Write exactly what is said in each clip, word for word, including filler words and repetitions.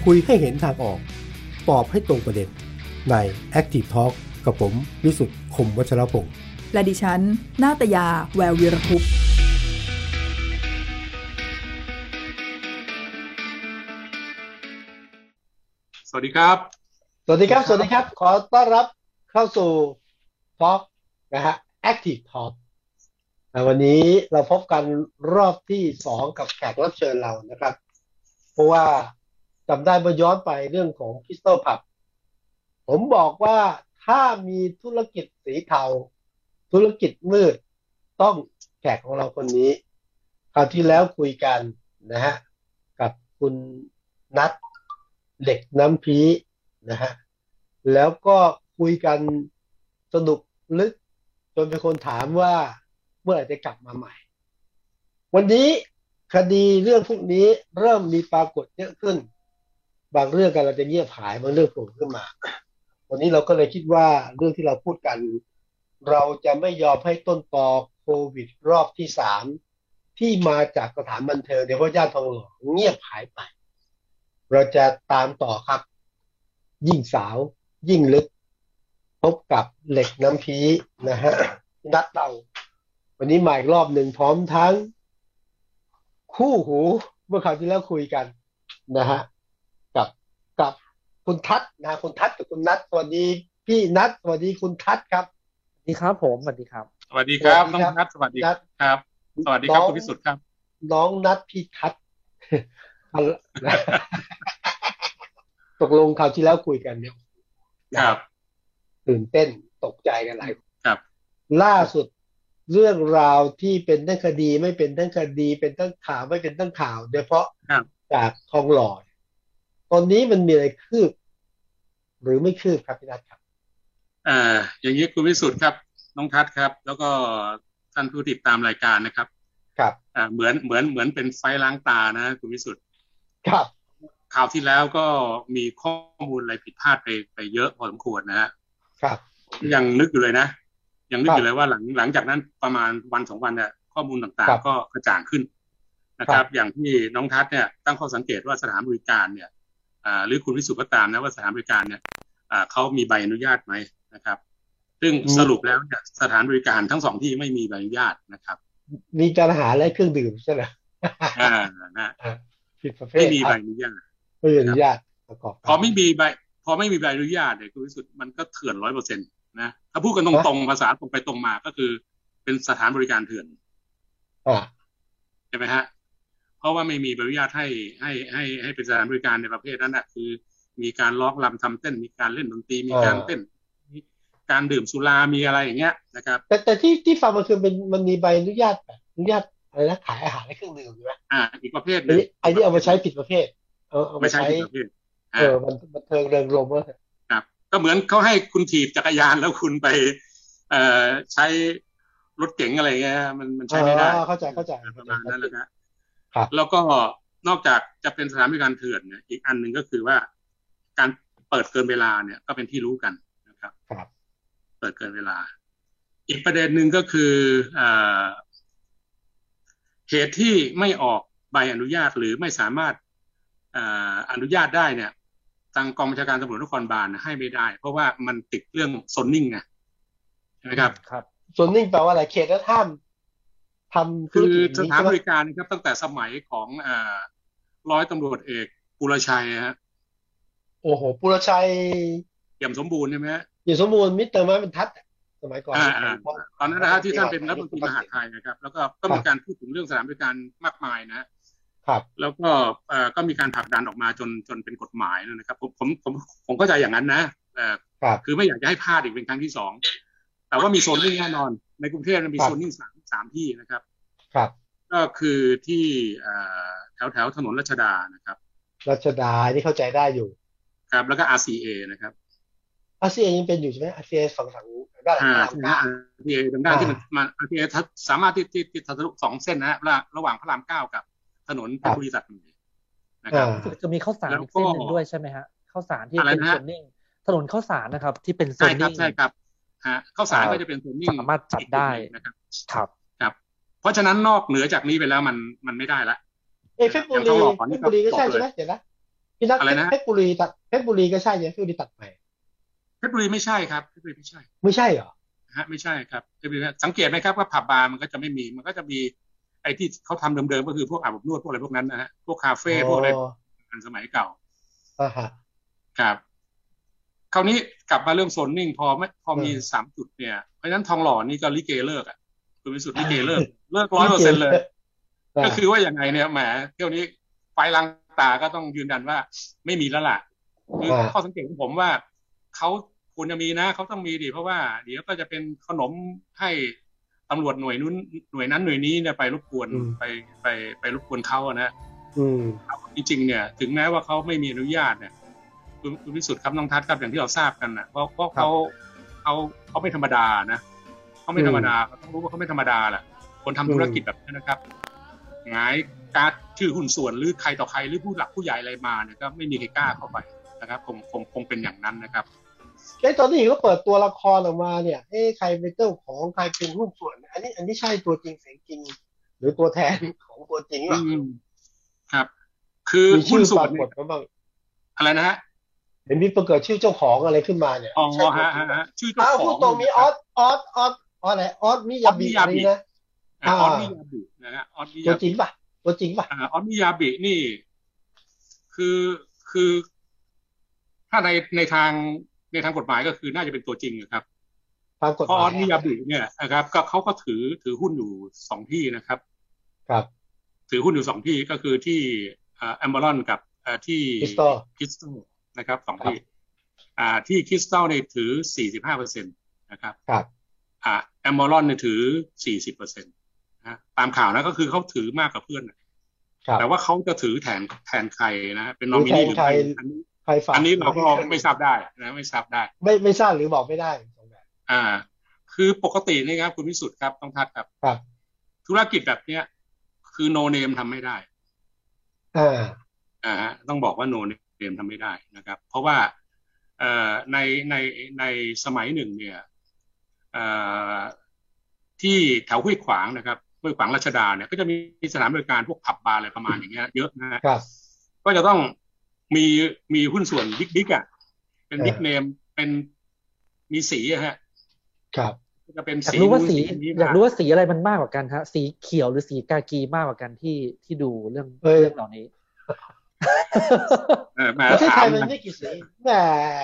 คุยให้เห็นทางออกตอบให้ตรงประเด็นใน Active Talk กับผมวิสุทธิ์คมวัชรพงษ์และดิฉันนาตยาแวววีรคุปต์สวัสดีครับสวัสดีครับสวัสดีครับขอต้อนรับเข้าสู่ Talk นะฮะ Active Talk วันนี้เราพบกันรอบที่สองกับแขกรับเชิญเรานะครับเพราะว่าจำได้เมื่อย้อนไปเรื่องของ Crystal Pub ผมบอกว่าถ้ามีธุรกิจสีเทาธุรกิจมืดต้องแขกของเราคนนี้คราวที่แล้วคุยกันนะฮะกับคุณนัทเหล็กน้ำพีนะฮะแล้วก็คุยกันสนุกลึกจนเป็นคนถามว่าเมื่อไหร่จะกลับมาใหม่วันนี้คดีเรื่องพวกนี้เริ่มมีปรากฏเยอะขึ้นบางเรื่องกันเราจะเงียบหายบางเรื่องโผล่ขึ้นมาวันนี้เราก็เลยคิดว่าเรื่องที่เราพูดกันเราจะไม่ยอมให้ต้นตอโควิดรอบที่สามที่มาจากสถานบันเทิงโดยเฉพาะย่านทองหล่อเงียบหายไปเราจะตามต่อครับยิ่งสาวยิ่งลึกพบกับเหล็กน้ำพีนะฮะนัดเราวันนี้มาอีกรอบหนึ่งพร้อมทั้งคู่หูเมื่อคราวที่แล้วคุยกันนะฮะกับกับคุณทัศน์นะคุณทัศน์กับคุณนัทสวัสดีพี่นัทสวัสดีคุณทัศน์ครับสวัสดีครับผมสวัสดีครับสวัสดีครับน้องนัทสวัสดีครับสวัสดีครับคุณพิสุทธิ์ครับน้องนัทพี่ทัศน์ตกลงคราวที่แล้วคุยกันเนี่ยครับตื่นเต้นตกใจกันหลายครับล่าสุดเรื่องราวที่เป็นทั้งคดีไม่เป็นทั้งคดีเป็นทั้งข่าวไม่เป็นทั้งข่าวโดยเฉพาะจากทองหล่อตอนนี้มันมีอะไรคืบหรือไม่คืบครับพี่นัทครับอ่าอย่างนี้คุณวิสุทธิ์ครับน้องทัศน์ครับแล้วก็ท่านผู้ติดตามรายการนะครับครับอ่าเหมือนเหมือนเหมือนเป็นไฟล้างตานะคุณวิสุทธิ์ครับข่าวที่แล้วก็มีข้อมูลอะไรผิดพลาดไปไปเยอะพอสมควรนะฮะครับยังนึกอยู่เลยนะยังนึกอยู่เลยว่าหลังหลังจากนั้นประมาณวันสองวันเนี่ยข้อมูลต่างๆก็กระจ่างขึ้นนะครับอย่างที่น้องทัศน์เนี่ยตั้งข้อสังเกตว่าสถานบริการเนี่ยอ่าหรือคุณวิสุทธิ์ก็ตามนะว่าสถานบริการเนี่ยอ่าเขามีใบอนุญาตไหมนะครับซึ่งสรุปแล้วเนี่ยสถานบริการทั้งสองที่ไม่มีใบอนุญาตนะครับมีการอาหารและเครื่องดื่มใช่ไหมอ่านะผิดประเภทไม่มีใบอนุญาตไม่มีอนุญาตประกอบพอไม่มีใบพอไม่มีใบอนุญาตเนี่ยคุณวิสุทธิ์มันก็เถื่อนร้อยเปอร์เซ็นต์นะถ้าพูดกันตรงๆภาษาตรงไปตรงมาก็คือเป็นสถานบริการเถื่อนใช่ไหมฮะเพราะว่าไม่มีใบอนุญาตให้ให้ให้ให้เป็นสถานบริการในประเภทนั้นนะคือมีการร้องรำทำเต้นมีการเล่นดนตรีมีการเต้นมีการดื่มสุรามีอะไรอย่างเงี้ยนะครับแต่แต่ที่ที่ฟังมันคือเป็นมันมีใบอนุญาตแบบอนุญาตอะไรนะขายอาหารและเครื่องดื่มใช่ไหมอ่าอีกประเภทนึงไอ้ที่เอามาใช้ผิดประเภทเอาเอามาใช้ผิดประเภทเออมันมันเทิงเริงรมว่าครับก็เหมือนเขาให้คุณถีบจักรยานแล้วคุณไปเอ่อใช้รถเก๋งอะไรเงี้ยมันมันใช้ไม่ได้เข้าใจเข้าใจประมาณนั้นแหละครับแล้วก็นอกจากจะเป็นสถานบริการเถื่อนเนี่ยอีกอันหนึ่งก็คือว่าการเปิดเกินเวลาเนี่ยก็เป็นที่รู้กันนะครับครับเปิดเกินเวลาอีกประเด็นหนึ่งก็คือเอ่อเหตุที่ไม่ออกใบอนุญาตหรือไม่สามารถเอ่ออนุญาตได้เนี่ยทางกองบัญชาการตำรวจนครบาลให้ไม่ได้เพราะว่ามันติดเรื่องโซนนิ่งไงใช่ไหมครับครับโซนนิ่งแปลว่าอะไรเขตและห้ามทำคือสถานบริการนะครับตั้งแต่สมัยของเอ่อร้อยตำรวจเอกปุรชัยฮะโอ้โหปุรชัยเอี่ยมสมบูรณ์ใช่ไหมฮะเอี่ยมสมบูรณ์มิสเตอร์มาเป็นทัศน์สมัยก่อนตอนนั้นนะฮะที่ท่านเป็นรัฐมนตรีมหาดไทยนะครับแล้วก็ก็มีการพูดถึงเรื่องสถานบริการมากมายนะครับแล้วก็เอ่อก็มีการผลักดันออกมาจนจนเป็นกฎหมายนะครับผมผมผมผมเข้าใจอย่างนั้นนะเอ่อคือไม่อยากจะให้พลาดอีกเป็นครั้งที่สองแต่ว่ามีโซนนิ่งแน่นอนในกรุงเทพมันมีโซนนิ่งสามสามที่นะครับครับก็คือที่แถวแถวถนนรัชดานะครับรัชดาที่เข้าใจได้อยู่ครับแล้วก็ อาร์ ซี เอ นะครับอาร์ ซี เอ ยังเป็นอยู่ใช่ไหม อาร์ ซี เอ ฝั่งฝั่งด้านหลังอาร์ ซี เอ ทางด้านที่มันมัน อาร์ ซี เอ สามารถที่ที่ที่ทะลุสองเส้นนะระหว่างพระรามเก้ากับถนนเพชรบุรีตัดใหม่นะครับจะมีข้าวสารอีกเส้นนึงด้วยใช่ไหมฮะข้าวสารที่เป็นโซนนิ่งถนนข้าวสารนะครับที่เป็นโซนนิ่งใช่ครับฮะข้าวสารก็จะเป็นโซนนิ่งสามารถจัดได้นะครับครับครับเพราะฉะนั้นนอกเหนือจากนี้ไปแล้วมันมันไม่ได้ละเอฟเฟกต์บุรีเพชรบุรีก็ใช่ใช่ไหมเดี๋ยวนะพี่นัทเพชรบุรีตัดเพชรบุรีก็ใช่ใช่ไหมเพชรบุรีตัดใหม่เพชรบุรีไม่ใช่ครับเพชรบุรีไม่ใช่ไม่ใช่เหรอฮะไม่ใช่ครับเพชรบุรีสังเกตไหมครับว่าผับบาร์มันก็จะไม่มีมันก็จะมีไอ้ที่เขาทำเดิมๆก็คือพวกอาบอบนวดพวกอะไรพวกนั้นนะฮะพวกคาเฟ่พวกอะไรอันสมัยเก่าอ่าฮะครับคราวนี้กลับมาเรื่องโซนนิ่งพอไม่พอมีสามจุดเนี่ยเพราะฉะนั้นทองหล่อนี่ก็ลิเกเลิกอ่ะคุณวิสุทธิ์ลิเกเลิกเลิกร้อยเปอร์เซ็นต์เลยก็คือว่าอย่างไงเนี่ยแหมเที่ยวนี้ไฟลังตาก็ต้องยืนยันว่าไม่มีแล้วล่ะคือข้อสังเกตของผมว่าเขาควรจะมีนะเขาต้องมีดิเพราะว่าเดี๋ยวก็จะเป็นขนมให้ตำรวจหน่วยนู้นหน่วยนั้นหน่วยนี้เนี่ยไปรบกวนไปไปไปรบกวนเขาอะนะจริงๆเนี่ยถึงแม้ว่าเขาไม่มีอนุญาตเนี่ยคุณคุณวิสุทธิ์ครับน้องทัศน์ครับอย่างที่เราทราบกันนะเพราะเพราะเขาเขาเขาไม่ธรรมดานะเขาไม่ธรรมดาเขาต้องรู้ว่าเขาไม่ธรรมดาแหละคนทำธุรกิจแบบนี้นะครับหงายการชื่อหุ้นส่วนหรือใครต่อใครหรือผู้หลักผู้ใหญ่อะไรมาเนี่ยก็ไม่มีใครกล้าเข้าไปนะครับคงคงคงเป็นอย่างนั้นนะครับไอ้ตอนนี้เขาเปิดตัวละครออกมาเนี่ยเอ้ใครเป็นเจ้าของใครเป็นหุ้นส่วนอันนี้อันนี้ใช่ตัวจริงเสียงจริงหรือตัวแทนของตัวจริงหรอครับคือหุ้นส่วนอะไรนะฮะเห็นมีประกาศชื่อเจ้าของอะไรขึ้นมาเนี่ยอ๋อฮะฮะชื่อเจ้าของตรงมีออสออสออสออสอะไรออสมิยาบิอะไรนะออสมิยาบินะฮะออสมิยาบิตัวจริงป่ะตัวจริงป่ะออสมิยาบินี่คือคือถ้าในในทางในทางกฎหมายก็คือน่าจะเป็นตัวจริงครับทางกฎหมายออสมิยาบิเนี่ยนะครับก็เขาก็ถือถือหุ้นอยู่สองที่นะครับครับถือหุ้นอยู่สองที่ก็คือที่แอมเบอรอนกับที่คริสตัลนะครับสองที่อ่าที่คริสตัลเนี่ยถือ สี่สิบห้าเปอร์เซ็นต์ นะครับครับอ่าแอมเบอรอนเนี่ยถือ สี่สิบเปอร์เซ็นต์ นะตามข่าวนะก็คือเขาถือมากกว่าเพื่อนแต่ว่าเขาจะถือแทนแทนใครนะเป็นนอมินีหรือใครอันนี้เราก็ไม่ทราบได้นะไม่ทราบได้ไม่ไม่ทราบหรือบอกไม่ได้อ่าคือปกตินี่ครับคุณวิสุทธิ์ครับต้องทัดครับครับธุรกิจแบบเนี้ยคือโนเนมทำไม่ได้อ่าอ่าต้องบอกว่าโนเนมทำไม่ได้นะครับเพราะว่าเอ่อในในในสมัยหนึ่งเนี่ยเอ่อที่แถวห้วยขวางนะครับห้วยขวางรัชดาเนี่ยก็จะมีสถานบริการพวกผับบาร์อะไรประมาณอย่างเงี้ยเยอะนะครับก็จะต้องมีมีหุ้นส่วนบิ๊กบิ๊กอ่ะเป็นบิ๊กเนมเป็นมีสีอะฮะครับจะเป็นสีอยากรู้ว่าสีอยากรู้ว่าสีอะไรมันมากกว่ากันฮะสีเขียวหรือสีกากีมากกว่ากันที่ที่ดูเรื่องเรื่องเหล่านี้ประเทศไทยมันไม่กี่สีแหม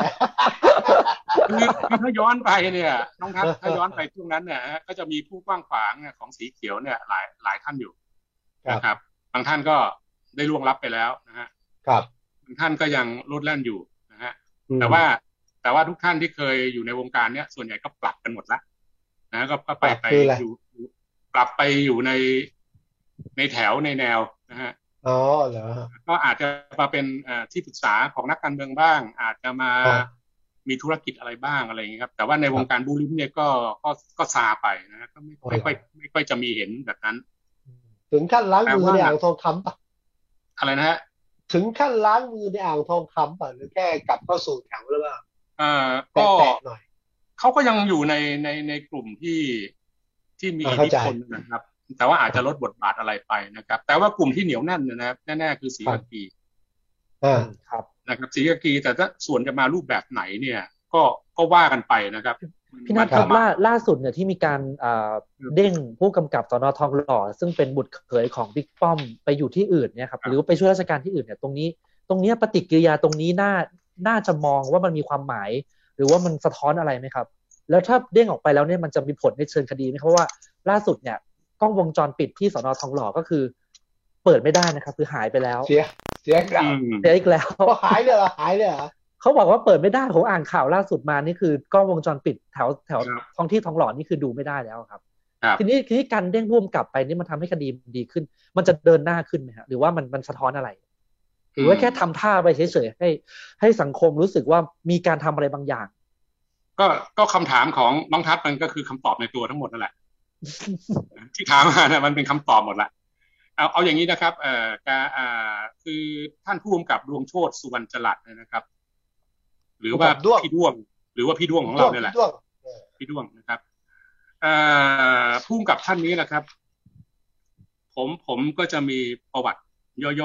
คือถ้าย้อนไปเนี่ยน้องทัศน์ถ้าย้อนไปช่วงนั้นเนี่ยก็จะมีผู้กว้างขวางของสีเขียวเนี่ยหลายหลายท่านอยู่นะครับบางท่านก็ได้ล่วงลับไปแล้วนะฮะครับบางท่านก็ยังโลดแล่นอยู่นะฮะแต่ว่าแต่ว่าทุกท่านที่เคยอยู่ในวงการเนี้ยส่วนใหญ่ก็ปรับกันหมดละนะก็ไปไปอยู่ปรับไปอยู่ในในแถวในแนวนะฮะอ๋อเหรอก็อาจจะมาเป็นที่ปรึกษาของนักการเมืองบ้างอาจจะมามีธุรกิจอะไรบ้างอะไรอย่างนี้ครับแต่ว่าในวงการบูลิมเนี่ยก็ก็ก็ซาไปนะก็ไม่ไม่ค่อยไม่ค่อยจะมีเห็นแบบนั้นถึงขั้นล้างมือในอ่างทองคำป่ะอะไรนะฮะถึงขั้นล้างมือในอ่างทองคำป่ะหรือแค่กลับเข้าสู่แถวหรือเปล่าอ่าก็เขาก็ยังอยู่ในในในกลุ่มที่ที่มีอิทธิพลนะครับแต่ว่าอาจจะลดบทบาทอะไรไปนะครับแต่ว่ากลุ่มที่เหนียวแน่นนะครับแน่ๆคือสีกากีอ่าครับนะครับสีกากีแต่ถ้าส่วนจะมารูปแบบไหนเนี่ยก็ก็ว่ากันไปนะครับพี่นัทครับล่าล่าสุดเนี่ยที่มีการอ่าเด้งผู้กำกับสน.ทองหล่อซึ่งเป็นบุตรเขยของบิ๊กป้อมไปอยู่ที่อื่นเนี่ยครับหรือไปช่วยราชการที่อื่นเนี่ยตรงนี้ตรงนี้ปฏิกิริยาตรงนี้น่าน่าจะมองว่ามันมีความหมายหรือว่ามันสะท้อนอะไรไหมครับแล้วถ้าเด้งออกไปแล้วเนี่ยมันจะมีผลในเชิงคดีไหมเพราะว่าล่าสุดเนี่ยกล้องวงจรปิดที่สน.ทองหล่อก็คือเปิดไม่ได้นะครับคือหายไปแล้วเสียเสียแล้วเสียอีกแล้วหายเลยเหรอหายเลยเหรอเขาบอกว่าเปิดไม่ได้ผมอ่านข่าวล่าสุดมานี่คือกล้องวงจรปิดแถวแถวท้องที่ทองหล่อนี่คือดูไม่ได้แล้วครับทีนี้ทีนี้การเด้งพุ่มกลับไปนี่มันทำให้คดีดีขึ้นมันจะเดินหน้าขึ้นไหมฮะหรือว่ามันมันสะท้อนอะไรหรือว่าแค่ทำท่าไปเฉยๆให้ให้สังคมรู้สึกว่ามีการทำอะไรบางอย่างก็ก็คำถามของน้องทัศน์มันก็คือคำตอบในตัวทั้งหมดนั่นแหละที่ถามมาเนี่ยมันเป็นคำตอบหมดละเอาเอาอย่างนี้นะครับเอ่อการอ่าคือท่านผู้กำกับดวงโชติสุวรรณจรัสนะครับหรือว่าพี่ด้วงหรือว่าพี่ด้วงของเราเนี่ยแหละพี่ด้วงนะครับเอ่อผู้กำกับท่านนี้นะครับผมผมก็จะมีประวัติย่อ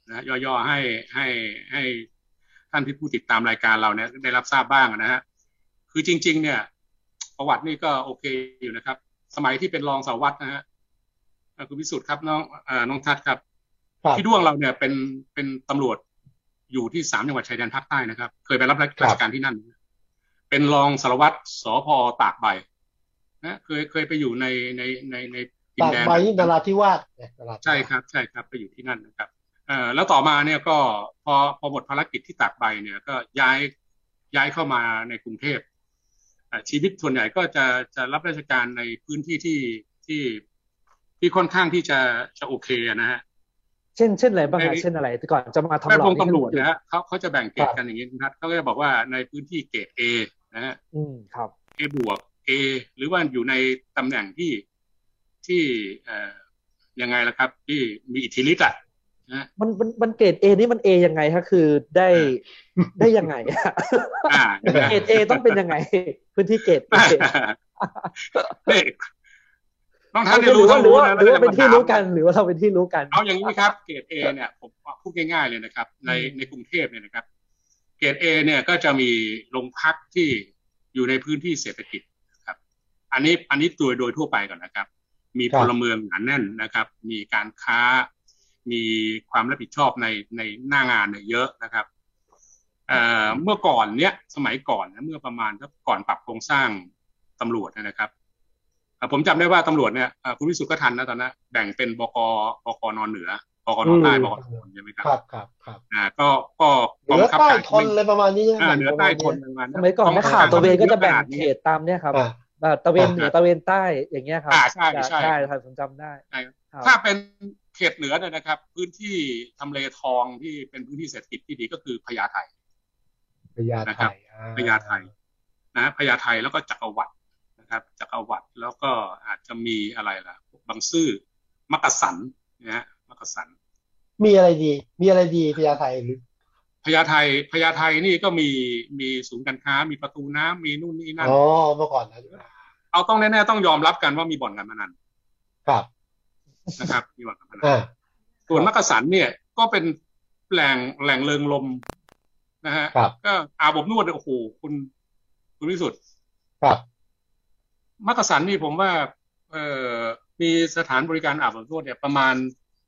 นะย่อๆให้ให้ให้ท่านที่ผู้ติดตามรายการเราเนี่ยได้รับทราบบ้างนะฮะคือจริงๆเนี่ยประวัตินี่ก็โอเคอยู่นะครับสมัยที่เป็นรองสารวัตรนะฮะคุณวิสุทธิ์ครับน้องอ่าน้องทัศน์ครับพี่ด้วงเราเนี่ยเป็นเป็นตำรวจอยู่ที่สามจังหวัดชายแดนภาคใต้นะครับเคยไปรับราชการที่นั่นเป็นรองสารวัตรสภ.ตากใบนะเคยเคยไปอยู่ในในในในดินแดนตากใบนี่นราธิวาสใช่ครับใช่ครับไปอยู่ที่นั่นนะครับเอ่อแล้วต่อมาเนี่ยก็พอพอหมดภารกิจที่ตากใบเนี่ยก็ย้ายย้ายเข้ามาในกรุงเทพชีวิตส่วนใหญ่ก็จะจะรับราชการในพื้นที่ที่ที่ที่ค่อนข้างที่จะจะโอเคนะฮะเช่นเช่นอะไรบ้างฮะเช่นอะไรก่อนจะมาทำหล่อตำรวจนะฮะเขาเขาจะแบ่งเกรดกันอย่างนี้นะครับเขาก็จะบอกว่าในพื้นที่เกรด A นะฮะอืมครับ A บวก A หรือว่าอยู่ในตำแหน่งที่ที่เอ่อยังไงล่ะครับที่มีอิทธิฤทธิ์อ่ะนะมันมันมันเกรด A นี่มัน A ยังไงฮะคือได้ได้ยังไงอ่าเกรด A ต้องเป็นยังไงพื้นที่เกรด A นี่ต้องท่านได้รู้ทั้งรู้นะหรือว่าเป็นที่รู้กันหรือว่าเราเป็นที่รู้กันเอาอย่างนี้ครับเกรด A เนี่ยผมพูดง่ายๆเลยนะครับในในกรุงเทพเนี่ยนะครับเกรด A เนี่ยก็จะมีโรงพักที่อยู่ในพื้นที่เศรษฐกิจครับอันนี้อันนี้โดยโดยทั่วไปก่อนนะครับมีพลเมืองหนาแน่นนะครับมีการค้ามีความรับผิดชอบในในหน้างานเนี่ยเยอะนะครับเอ่อเมื่อก่อนเนี้ยสมัยก่อนนะเมื่อประมาณก่อนปรับโครงสร้างตำรวจนะครับผมจำได้ว่าตำรวจเนี่ยคุณวิสุทธิ์ก็ทันนะตอนนั้นแบ่งเป็นบกบกนเหนือบกนใต้บกนใช่ไหมครับครับครับครับอ่าก็ก็เหนือใต้ทนอะไรประมาณนี้อ่าเหนือใต้ทนประมาณสมัยก่อนนักข่าวตะเวนก็จะแบ่งเขตตามเนี่ยครับตะเวนเหนือตะเวนใต้อย่างเงี้ยครับอ่าใช่ใช่ใช่ครับผมจำได้ถ้าเป็นเขตเหนือเนี่ยนะครับพื้นที่ทำเลทองที่เป็นพื้นที่เศรษฐกิจที่ดีก็คือพญาไทพญาไทพญาไทนะพญาไทแล้วก็จักรวรรดินะครับจักรวรรดิแล้วก็อาจจะมีอะไรล่ะบางซื่อมักกะสันนะฮะมักกะสันมีอะไรดีมีอะไรดีพญาไทหรือพญาไทพญาไทนี่ก็มีมีศูนย์การค้ามีประตูน้ำมีนู่นนี่นั่นอ๋อเมื่อก่อนนะเอาต้องแน่ๆต้องยอมรับกันว่ามีบ่อนการพนันครับนะครับมีบ่อนการพนันส่วนมักกะสันเนี่ยก็เป็นแหล่งแหล่งเริงรมย์นะฮะก็อาบอบนวดโอ้โหคุณคุณวิสุทธิ์ครับมักกะสันนี่ผมว่าเอ่อมีสถานบริการอาบอบนวดเนี่ยประมาณ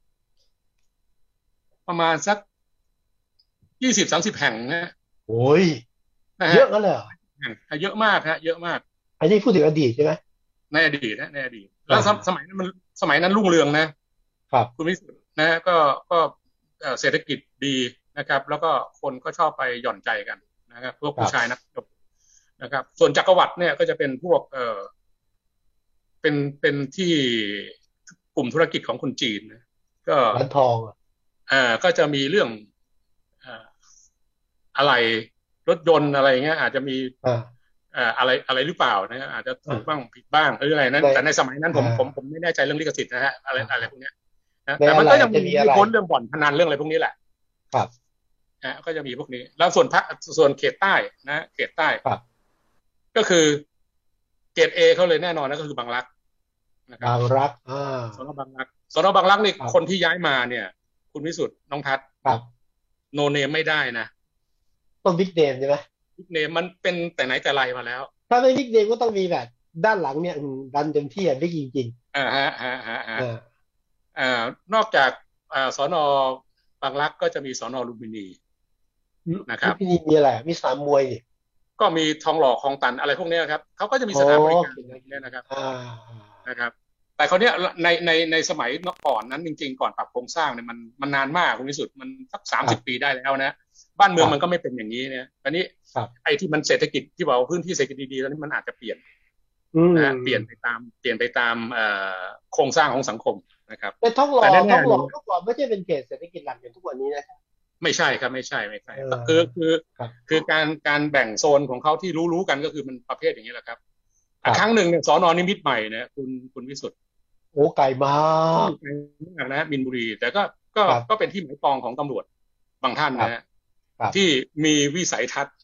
ประมาณสักยี่สิบสามสิบแห่งนะโอ้ยเยอะกันเลยเหรอเยอะมากฮะเยอะมากอันนี้พูดถึงอดีตใช่ไหมในอดีตนะในอดีตแล้วสมัยนั้นมันสมัยนั้นรุ่งเรืองนะครับคุณวิสุทธิ์นะก็ก็เศรษฐกิจดีนะครับแล้วก็คนก็ชอบไปหย่อนใจกันนะครับพวกผู้ชายนักจบนะครับส่วนจักรวรรดิเนี่ยก็จะเป็นพวกเออเป็นเป็นที่กลุ่มธุรกิจของคนจีนนะก็ร้านทองเอ่อก็จะมีเรื่องเอ่ออะไรรถยนต์อะไรเงี้ยอาจจะมีเอ่ออะไรอะไรหรือเปล่านะอาจจะถูกบ้างผิดบ้างหรืออะไรนั้นแต่ในสมัยนั้นผมผมผมไม่แน่ใจเรื่องลิขสิทธิ์นะฮะอะไรอะไรพวกนี้นะแต่มันก็ยังมีพ้นเรื่องบ่อนพนันเรื่องอะไรพวกนี้แหละครับนะก็จะมีพวกนี้แล้วส่วนภาคส่วนเขตใต้นะเขตใต้ก็คือเกรด A เขาเลยแน่นอนนะก็คือบางรักนะครับบางรักอ่าสน.บางรักสน.บางรักนี่คนที่ย้ายมาเนี่ยคุณวิสุทธิ์น้องทัศน์ครับโนเนมไม่ได้นะต้องบิ๊กเนมใช่ไหมบิ๊กเนมมันเป็นแต่ไหนแต่ไรมาแล้วถ้าไม่บิ๊กเนมก็ต้องมีแบบด้านหลังเนี่ยดันเต็มที่อ่ะบิ๊กจริงๆอ่าฮะฮะฮะฮะอ่านอกจากอ่าสน.บางรักก็จะมีสน.ลุมพินีนะครับลุมพินีมีอะไรมีสนามมวยก็มีทองหล่อคลองตันอะไรพวกนี้ครับเขาก็จะมีสถานบริการเนี่ยนะครับนะครับแต่เขาเนี้ยในในในสมัยก่อนนั้นจริงๆก่อนปรับโครงสร้างเนี่ยมันมันนานมากคุณวิสุทธิ์มันสักสามสิบปีได้แล้วนะบ้านเมืองมันก็ไม่เป็นอย่างนี้เนี่ยตอนนี้ไอ้ที่มันเศรษฐกิจที่บอกว่าพื้นที่เศรษฐกิจดีๆแล้วนี่มันอาจจะเปลี่ยนนะเปลี่ยนไปตามเปลี่ยนไปตามโครงสร้างของสังคมนะครับแต่ทองหล่อทองหล่อทองหล่อไม่ใช่เป็นเขตเศรษฐกิจหลักอย่างทุกวันนี้นะไม่ใช่ครับไม่ใช่ไม่ใช่คือคือคือการการแบ่งโซนของเขาที่รู้ๆกันก็คือมันประเภทอย่างนี้แหละครับครั้งหนึ่งเนี่ยสน.นิมิตรใหม่เนี่ยคุณคุณวิสุทธิ์โอ้ไกลมากนะมินบุรีแต่ก็ก็ก็เป็นที่หมายปองของตำรวจบางท่านนะที่มีวิสัยทัศน์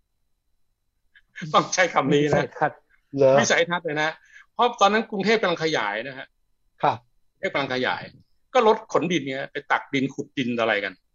ต้องใช้คำนี้นะวิสัยทัศน์เลยนะเพราะตอนนั้นกรุงเทพกำลังขยายนะฮะครับกำลังขยายก็รถขนดินเนี่ยไปตักดินขุดดินอะไรกัน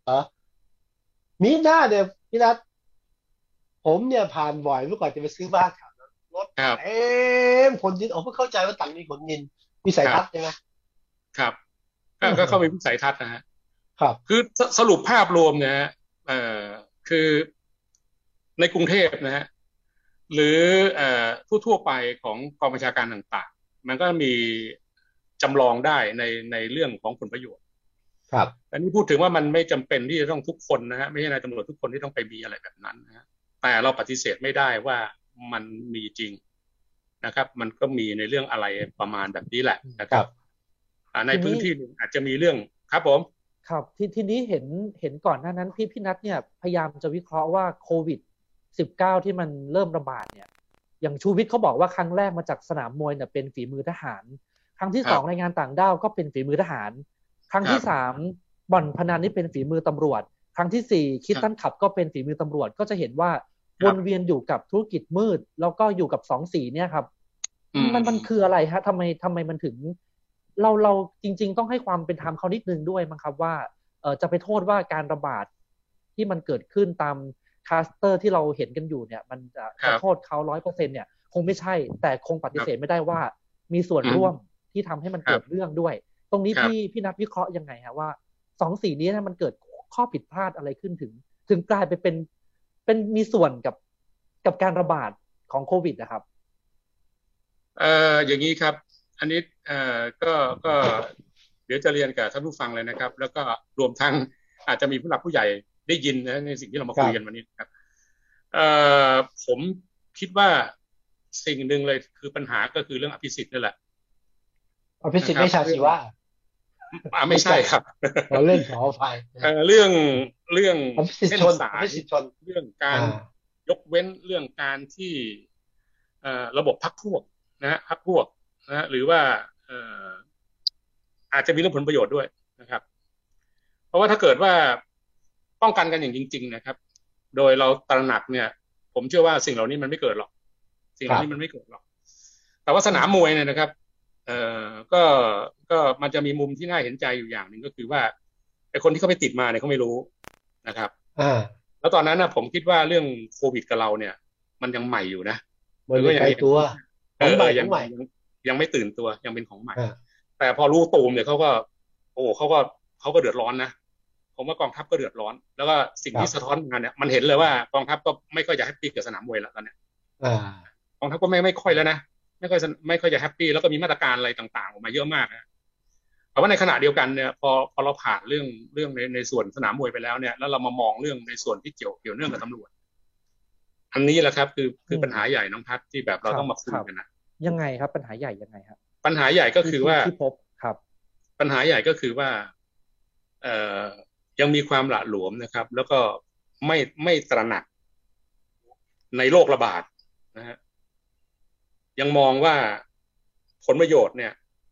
เหรอมีหน้าเนี่ยพี่นัทผมเนี่ยผ่านบ่อยเมื่อก่อนจะไปซื้อบ้านแถวนั้นรถเต็มขนดินผมเพิ่งเข้าใจว่าต่างมีขนดินวิสัยทัศน์ใช่ไหมครับก็เข้าไปวิสัยทัศน์นะฮะครับคือสรุปภาพรวมเนี่ยเอ่อคือในกรุงเทพนะฮะหรือเอ่อทั่วๆไปของกองบัญชาการต่างๆมันก็มีจำลองได้ในในเรื่องของผลประโยชน์ครับอันนี้พูดถึงว่ามันไม่จำเป็นที่จะต้องทุกคนนะฮะไม่ใช่นายตำรวจทุกคนที่ต้องไปมีอะไรแบบนั้นนะฮะแต่เราปฏิเสธไม่ได้ว่ามันมีจริงนะครับมันก็มีในเรื่องอะไรประมาณแบบนี้แหละนะครับในพื้นที่นึงอาจจะมีเรื่องครับผมครับทีทีนี้เห็นเห็นก่อนหน้านั้นพี่พี่นัทเนี่ยพยายามจะวิเคราะห์ว่าโควิดสิบเก้าที่มันเริ่มระบาดเนี่ยอย่างชูวิทย์เขาบอกว่าครั้งแรกมาจากสนามมวยเนี่ยเป็นฝีมือทหารครั้งที่สองรายงานต่างด้าวก็เป็นฝีมือทหารครั้งที่สามบ่อนพนันนี่เป็นฝีมือตำรวจครั้งที่สี่คิดตันขับก็เป็นฝีมือตำรวจก็จะเห็นว่าวนเวียนอยู่กับธุรกิจมืดแล้วก็อยู่กับสองสีเนี่ยครับมันมันคืออะไรฮะทำไมทำไมมันถึงเราเราจริงๆต้องให้ความเป็นธรรมเขานิดนึงด้วยมั้งครับว่าเออจะไปโทษว่าการระบาดที่มันเกิดขึ้นตามคลัสเตอร์ที่เราเห็นกันอยู่เนี่ยมันจะจะโทษเขาร้อยเปอร์เซ็นต์เนี่ยคงไม่ใช่แต่คงปฏิเสธไม่ได้ว่ามีส่วนร่วมที่ทำให้มันเกิดเรื่องด้วยตรงนี้พี่พี่นัทวิเคราะห์ยังไงฮะว่าสองสีนี้นะมันเกิดข้อผิดพลาดอะไรขึ้นถึงถึงกลายไปเป็นเป็นมีส่วนกับกับการระบาดของโควิดนะครับเอ่ออย่างนี้ครับอันนี้เอ่อก็ก็เดี๋ยวจะเรียนกับท่านผู้ฟังเลยนะครับแล้วก็รวมทั้งอาจจะมีผู้หลักผู้ใหญ่ได้ยินนะในสิ่งที่เรามาคุยกันวันนี้ครับเอ่อผมคิดว่าสิ่งหนึ่งเลยคือปัญหาก็คือเรื่องอภิสิทธิ์นี่แหละอภิสิทธิ์ไม่ชาชีวะอ่าไม่ใช่ครับเราเล่นขออภัยเอ่อเรื่องเรื่องเส้นสายเรื่องการยกเว้นเรื่องการที่เอ่อระบบพรรคพวกนะฮะพรรคพวกนะฮะหรือว่าเอ่ออาจจะมีเรื่องผลประโยชน์ด้วยนะครับเพราะว่าถ้าเกิดว่าป้องกันกันอย่างจริงๆนะครับโดยเราตระหนักเนี่ยผมเชื่อว่าสิ่งเหล่านี้มันไม่เกิดหรอกสิ่งเหล่านี้มันไม่เกิดหรอกแต่ว่าสนามมวยเนี่ยนะครับเอ่อก็ก็มันจะมีมุมที่น่าเห็นใจอยู่อย่างหนึ่งก็คือว่าไอ้คนที่เขาไปติดมาเนี่ยเขาไม่รู้นะครับอ่าแล้วตอนนั้นนะผมคิดว่าเรื่องโควิดกับเราเนี่ยมันยังใหม่อยู่นะมันไม่ไกลตัวของใหม่ยังยังไม่ตื่นตัวยังเป็นของใหม่แต่พอรู้ตูมเนี่ยเขาก็โอ้เขาก็เขาก็เดือดร้อนนะผมว่ากองทัพก็เดือดร้อนแล้วก็สิ่งที่สะท้อนมาเนี่ยมันเห็นเลยว่ากองทัพก็ไม่ค่อยจะแฮปปี้กับสนามมวยแล้วตอนนี้กองทัพก็ไม่ไม่ค่อยแล้วนะไม่ค่อยไม่ค่อยจะแฮปปี้แล้วก็มีมาตรการอะไรต่างๆออกมาเยอะมากนะแต่ว่าในขณะเดียวกันเนี่ยพอพอเราผ่านเรื่องเรื่องในในส่วนสนามมวยไปแล้วเนี่ยแล้วเรามามองเรื่องในส่วนที่เกี่ยวเกี่ยวเนื่องกับตำรวจอันนี้แหละครับคือคือปัญหาใหญ่น้องพัดที่แบบเราต้องมาคุยกันนะยังไงครับปัญหาใหญ่ยังไงครับปัญหาใหญ่ก็คือว่าที่พบครับปัญหาใหญ่ก็คือว่าเอ่อยังมีความหละหลวมนะครับแล้วก็ไม่ไม่ตระหนักในโรคระบาดนะฮะยังมองว่าผลประโยชน์เนี่ย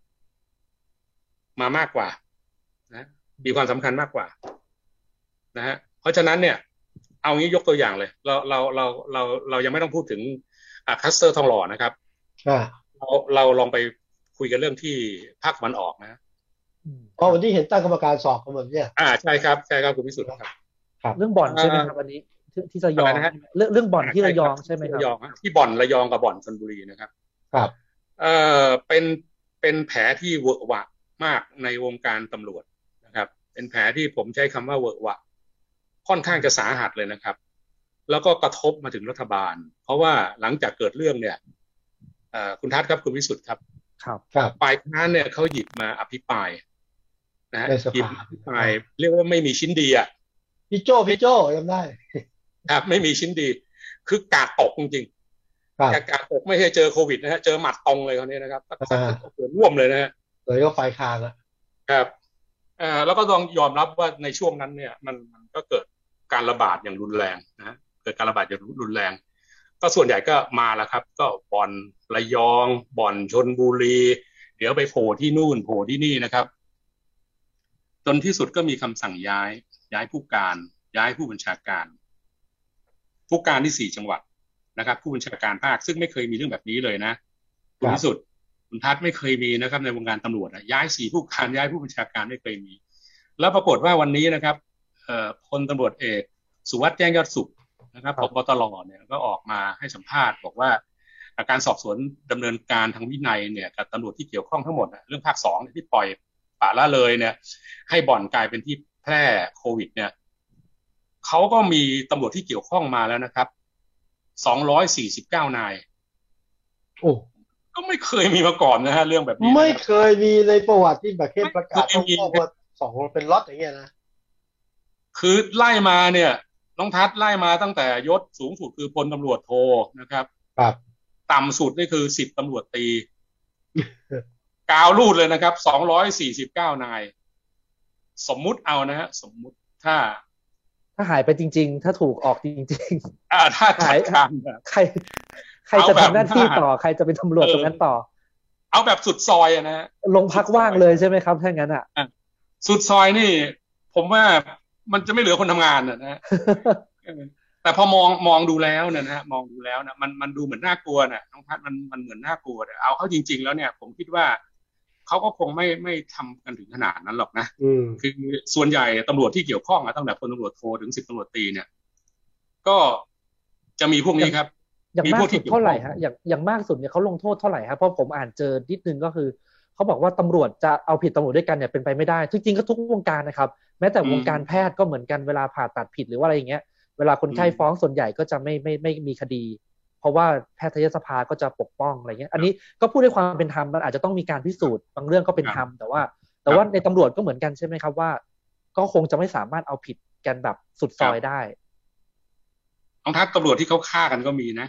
มามากกว่านะมีความสำคัญมากกว่านะฮะเพราะฉะนั้นเนี่ยเอางี้ยกตัวอย่างเลยเราเราเราเราเรายังไม่ต้องพูดถึงอ่าคลัสเตอร์ทองหล่อนะครับเราเราลองไปคุยกันเรื่องที่ภาคตะวันออกนะอ๋อวันนี้เห็นตั้งกรรมการสอบกันหมดเนี่ยอ่าใช่ครับใช่ครับคุณพิสุทธิ์ครับครับเรื่องบ่อนใช่ไหมครับวันนี้ที่ระยองเรื่องเรื่องบ่อนที่ระยองใช่ไหมครับระยองที่บ่อนระยองกับบ่อนชลบุรีนะครับครับเอ่อเป็นเป็นแผลที่เวอะหวะมากในวงการตำรวจนะครับเป็นแผลที่ผมใช้คำว่าเวอะหวะค่อนข้างจะสาหัสเลยนะครับแล้วก็กระทบมาถึงรัฐบาลเพราะว่าหลังจากเกิดเรื่องเนี่ยเอ่อคุณทัศน์ครับคุณวิสุทธิ์ครับครับฝ่ายค้านเนี่ยเขาหยิบมาอภิปรายนะฮะหยิบอภิปรายเรียกว่าไม่มีชิ้นดีอ่ะพี่โจ้พี่โจ้จำได้ครับไม่มีชิ้นดีคือกาดตกจริงๆกาดตกไม่ใช่เจอโควิดนะฮะเจอหมัดตรงเลยคราวนี้นะครับเกิดร่วมเลยนะฮะเลยก็ไฟคางแล้วครับอ่าแล้วก็ต้องยอมรับว่าในช่วงนั้นเนี่ยมันมันก็เกิดการระบาดอย่างรุนแรงนะเกิดการระบาดอย่างรุนแรงก็ส่วนใหญ่ก็มาแล้วครับก็บ่อนระยองบ่อนชลบุรีเดี๋ยวไปโผล่ที่นู่นโผล่ที่นี่นะครับจนที่สุดก็มีคำสั่งย้ายย้ายผู้การย้ายผู้บัญชาการผู้การที่สี่จังหวัดนะครับผู้บัญชาการภาคซึ่งไม่เคยมีเรื่องแบบนี้เลยนะคุณที่สุดคุณทัศน์ไม่เคยมีนะครับในวงการตำรวจย้ายสี่ผู้การย้ายผู้บัญชาการไม่เคยมีแล้วปรากฏว่าวันนี้นะครับเอ่อพลตำรวจเอกสุวัสด์แจ้งยอดสุขนะครับผบ.ตร.เนี่ยก็ออกมาให้สัมภาษณ์บอกว่าการสอบสวนดำเนินการทางวินัยเนี่ยกับตำรวจที่เกี่ยวข้องทั้งหมดเรื่องภาคสองที่ปล่อยปละละเลยเนี่ยให้บ่อนกลายเป็นที่แพร่โควิดเนี่ยเขาก็มีตำรวจที่เกี่ยวข้องมาแล้วนะครับสองร้อยสี่สิบเก้านายโอ้ก็ไม่เคยมีมาก่อนนะฮะเรื่องแบบนี้ไม่เคยมีในประวัติที่ประเทศประกาศต้องบอกว่าสองเป็นล็อตอย่างเงี้ยนะคือไล่มาเนี่ยน้องทัศน์ไล่มาตั้งแต่ยศสูงสุดคือพลตำรวจโทนะครับครับต่ำสุดนี่คือสิบตำรวจตีกาวรูดเลยนะครับสองร้อยสี่สิบเก้านายสมมุติเอานะฮะสมมุติถ้าถ้าหายไปจริงๆถ้าถูกออกจริงๆอ่าถ้าหายใครใครจะทำหน้าที่ต่อใครจะเป็นตำรวจตรงนั้นต่อเอาแบบสุดซอยอะนะฮะลงพักว่างเลยใช่ไหมครับถ้างั้นอ่ะสุดซอยนี่ผมว่ามันจะไม่เหลือคนทำงานนะฮะแต่พอมองมองดูแล้วเนี่ยนะฮะมองดูแล้วนะมันมันดูเหมือนน่ากลัวนะน้องพัดมันมันเหมือนน่ากลัวแต่เอาเข้าจริงๆแล้วเนี่ยผมคิดว่าเขาก็คงไม่ไม่ทำกันถึงขนาดนั้นหรอกนะคือส่วนใหญ่ตำรวจที่เกี่ยวข้องนะตั้งแต่พลตำรวจโทถึงสิบตำรวจตีเนี่ยก็จะมีพวกนี้ครับอย่างมากสุดเท่าไหร่ฮะอย่างอย่างมากสุดเนี่ยเขาลงโทษเท่าไหร่ครับเพราะผมอ่านเจอนิดนึงก็คือเขาบอกว่าตำรวจจะเอาผิดตำรวจด้วยกันเนี่ยเป็นไปไม่ได้จริงๆก็ทุกวงการนะครับแม้แต่วงการแพทย์ก็เหมือนกันเวลาผ่าตัดผิดหรือว่าอะไรอย่างเงี้ยเวลาคนไข้ฟ้องส่วนใหญ่ก็จะไม่ไม่ไม่มีคดีเพราะว่าแพทยสภาก็จะปกป้องอะไรเงี้ยอันนี้ก็พูดด้วยความเป็นธรรมมันอาจจะต้องมีการพิสูจน์บางเรื่องก็เป็นธรรมแต่ว่าแต่ว่าในตำรวจก็เหมือนกันใช่ไหมครับว่าก็คงจะไม่สามารถเอาผิดกันแบบสุดซอยได้น้องทัพตำรวจที่เขาฆ่ากันก็มีนะ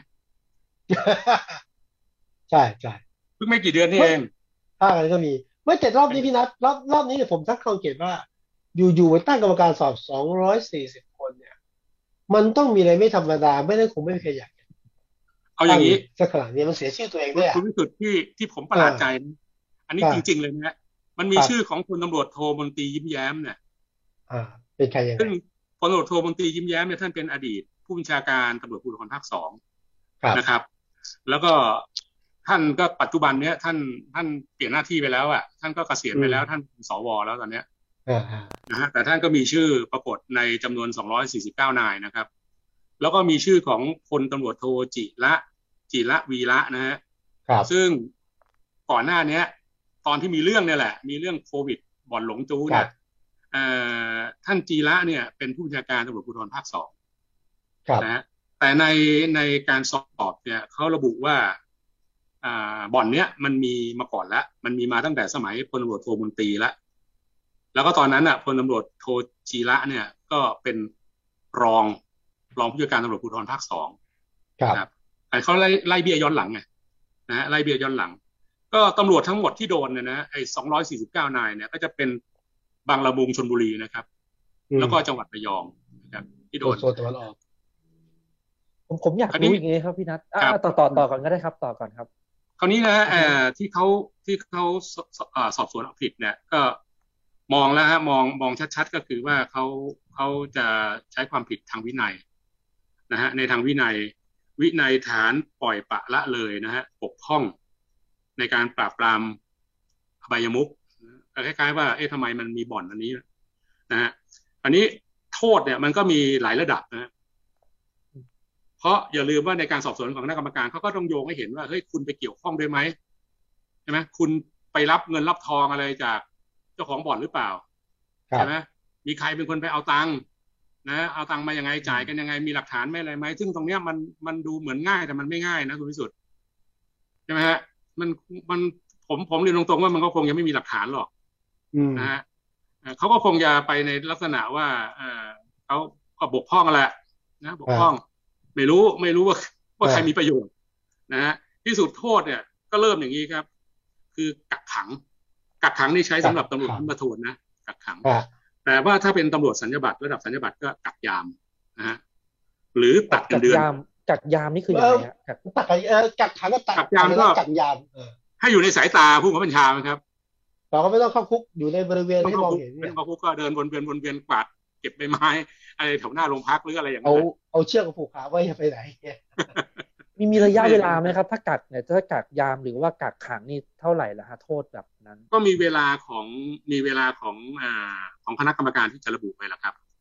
ใช่ใช่เพิ่งไม่กี่เดือนนี่เองฆ่ากันก็มีไม่แต่รอบนี้พี่นัทรอบรอบนี้เนี่ยผมตั้งข้อสังเกตว่าอยู่ๆไปตั้งกรรมการสอบสองร้อยสี่สิบคนเนี่ยมันต้องมีอะไรไม่ธรรมดาไม่ได้คงไม่มีใครอยากเอาอย่างนี้สักขนาดนี้มันเสียชื่อตัวเองด้วยคุณวิสุทธิ์ที่ที่ผมประหลาดใจอันนี้จริงๆเลยนะมันมีชื่อของพลตำรวจโทมนตรียิ้มแย้มเนี่ยอ่าเป็นใครยังไงซึ่งพลตำรวจโทมนตรียิ้มแย้มเนี่ยท่านเป็นอดีตผู้บัญชาการตำรวจภูธรภาคสองนะครับแล้วก็ท่านก็ปัจจุบันเนี้ยท่านท่านเปลี่ยนหน้าที่ไปแล้วอ่ะท่านก็เกษียณไปแล้วท่านสวแล้วตอนเนี้ยนะฮะแต่ท่านก็มีชื่อปรากฏในจำนวนสองร้อยสี่สิบเก้านายนะครับแล้วก็มีชื่อของพลตำรวจโทจิระจิระวีระนะฮะซึ่งก่อนหน้านี้ตอนที่มีเรื่องเนี่ยแหละมีเรื่องโควิดบ่อนหลงจู้เนี่ยท่านจิระเนี่ยเป็นผู้บัญชาการตำรวจภูธรภาคสองนะแต่ในในการสอบเนี่ยเขาระบุว่าบ่อนเนี้ยมันมีมาก่อนแล้วมันมีมาตั้งแต่สมัยพลตำรวจโทมนตรีแล้วแล้วก็ตอนนั้นอ่ะพลตำรวจโทจิระเนี่ยก็เป็นรองรองผู้จัดการตำรวจภูธรภาคสองครับเขาไล่ไล่เบี้ยย้อนหลังไงนะฮะไล่เบี้ยย้อนหลังก็ตำรวจทั้งหมดที่โดนเนี่ยนะไอ้สองร้อยสี่สิบเก้านายเนี่ยก็จะเป็นบางละมุงชลบุรีนะครับแล้วก็จังหวัดระยองนะครับที่โดนโซนตะวันออกผมผมอยากรู้อย่างงี้ครับพี่นัทต่อต่อต่อก่อนก็ได้ครับต่อก่อนครับคราวนี้นะเอ่อที่เขาที่เขาสอบสวนเอาผิดเนี่ยก็มองแล้วฮะมองมองชัดๆก็คือว่าเขาเขาจะใช้ความผิดทางวินัยนะฮะในทางวินัยวินัยฐานปล่อยปละละเลยนะฮะปกป้องในการปราบปรามอบายมุขคล้ายๆว่าเอ๊ะทำไมมันมีบ่อนอันนี้นะฮะอันนี้โทษเนี่ยมันก็มีหลายระดับนะเพราะอย่าลืมว่าในการสอบสวนของคณะกรรมการเขาก็ต้องโยงให้เห็นว่าเฮ้ยคุณไปเกี่ยวข้องด้วยไหมใช่ไหมคุณไปรับเงินรับทองอะไรจากเจ้าของบ่อนหรือเปล่าใช่ไหมมีใครเป็นคนไปเอาตังค์นะเอาตังค์มายังไงจ่ายกันยังไงมีหลักฐานไหมอะไรไหมซึ่งตรงเนี้ยมันมันดูเหมือนง่ายแต่มันไม่ง่ายนะคุณวิสุทธิ์ใช่ไหมฮะมันมันผมผมเรียนตรงๆว่ามันก็คงยังไม่มีหลักฐานหรอกนะฮะเขาก็คงจะไปในลักษณะว่าเออเขาก็บกพร่องแหละนะบกพร่องไม่รู้ไม่รู้ว่าว่าใครมีประโยชน์นะฮะที่สุดโทษเนี่ยก็เริ่มอย่างนี้ครับคือกักขังกักขังนี่ใช้สำหรับตำรวจชั้นประทวนนะกักขังแต่ว่าถ้าเป็นตำรวจสัญญาบัตรระดับสัญญาบัตรก็กักยามนะฮะหรือตัดเงินเดือนกักยามนี่คือยังไงฮะกักเออกักขังก็ตัดกักยามก็กักยามให้อยู่ในสายตาผู้บังคับบัญชาครับเราก็ไม่ต้องเข้าคุกอยู่ในบริเวณที่มองเห็นเนี่ยเข้าคุกก็เดินวนเวียนวนเวียนกวาดเก็บใบไม้อะไรแถวหน้าโรงพักหรืออะไรอย่างเงี้ยเอาเอาเชือกผูกขาไว้จะไปไหนมีมีระยะเวลาไหมครับถ้ากักเนี่ยถ้ากักยามหรือว่ากักขังนี่เท่าไหร่ล่ะฮะโทษแบบนั้นก็มีเวลาของมีเวลาของอ่าของคณะกรรมการที่จะระบุไปแล้วครับ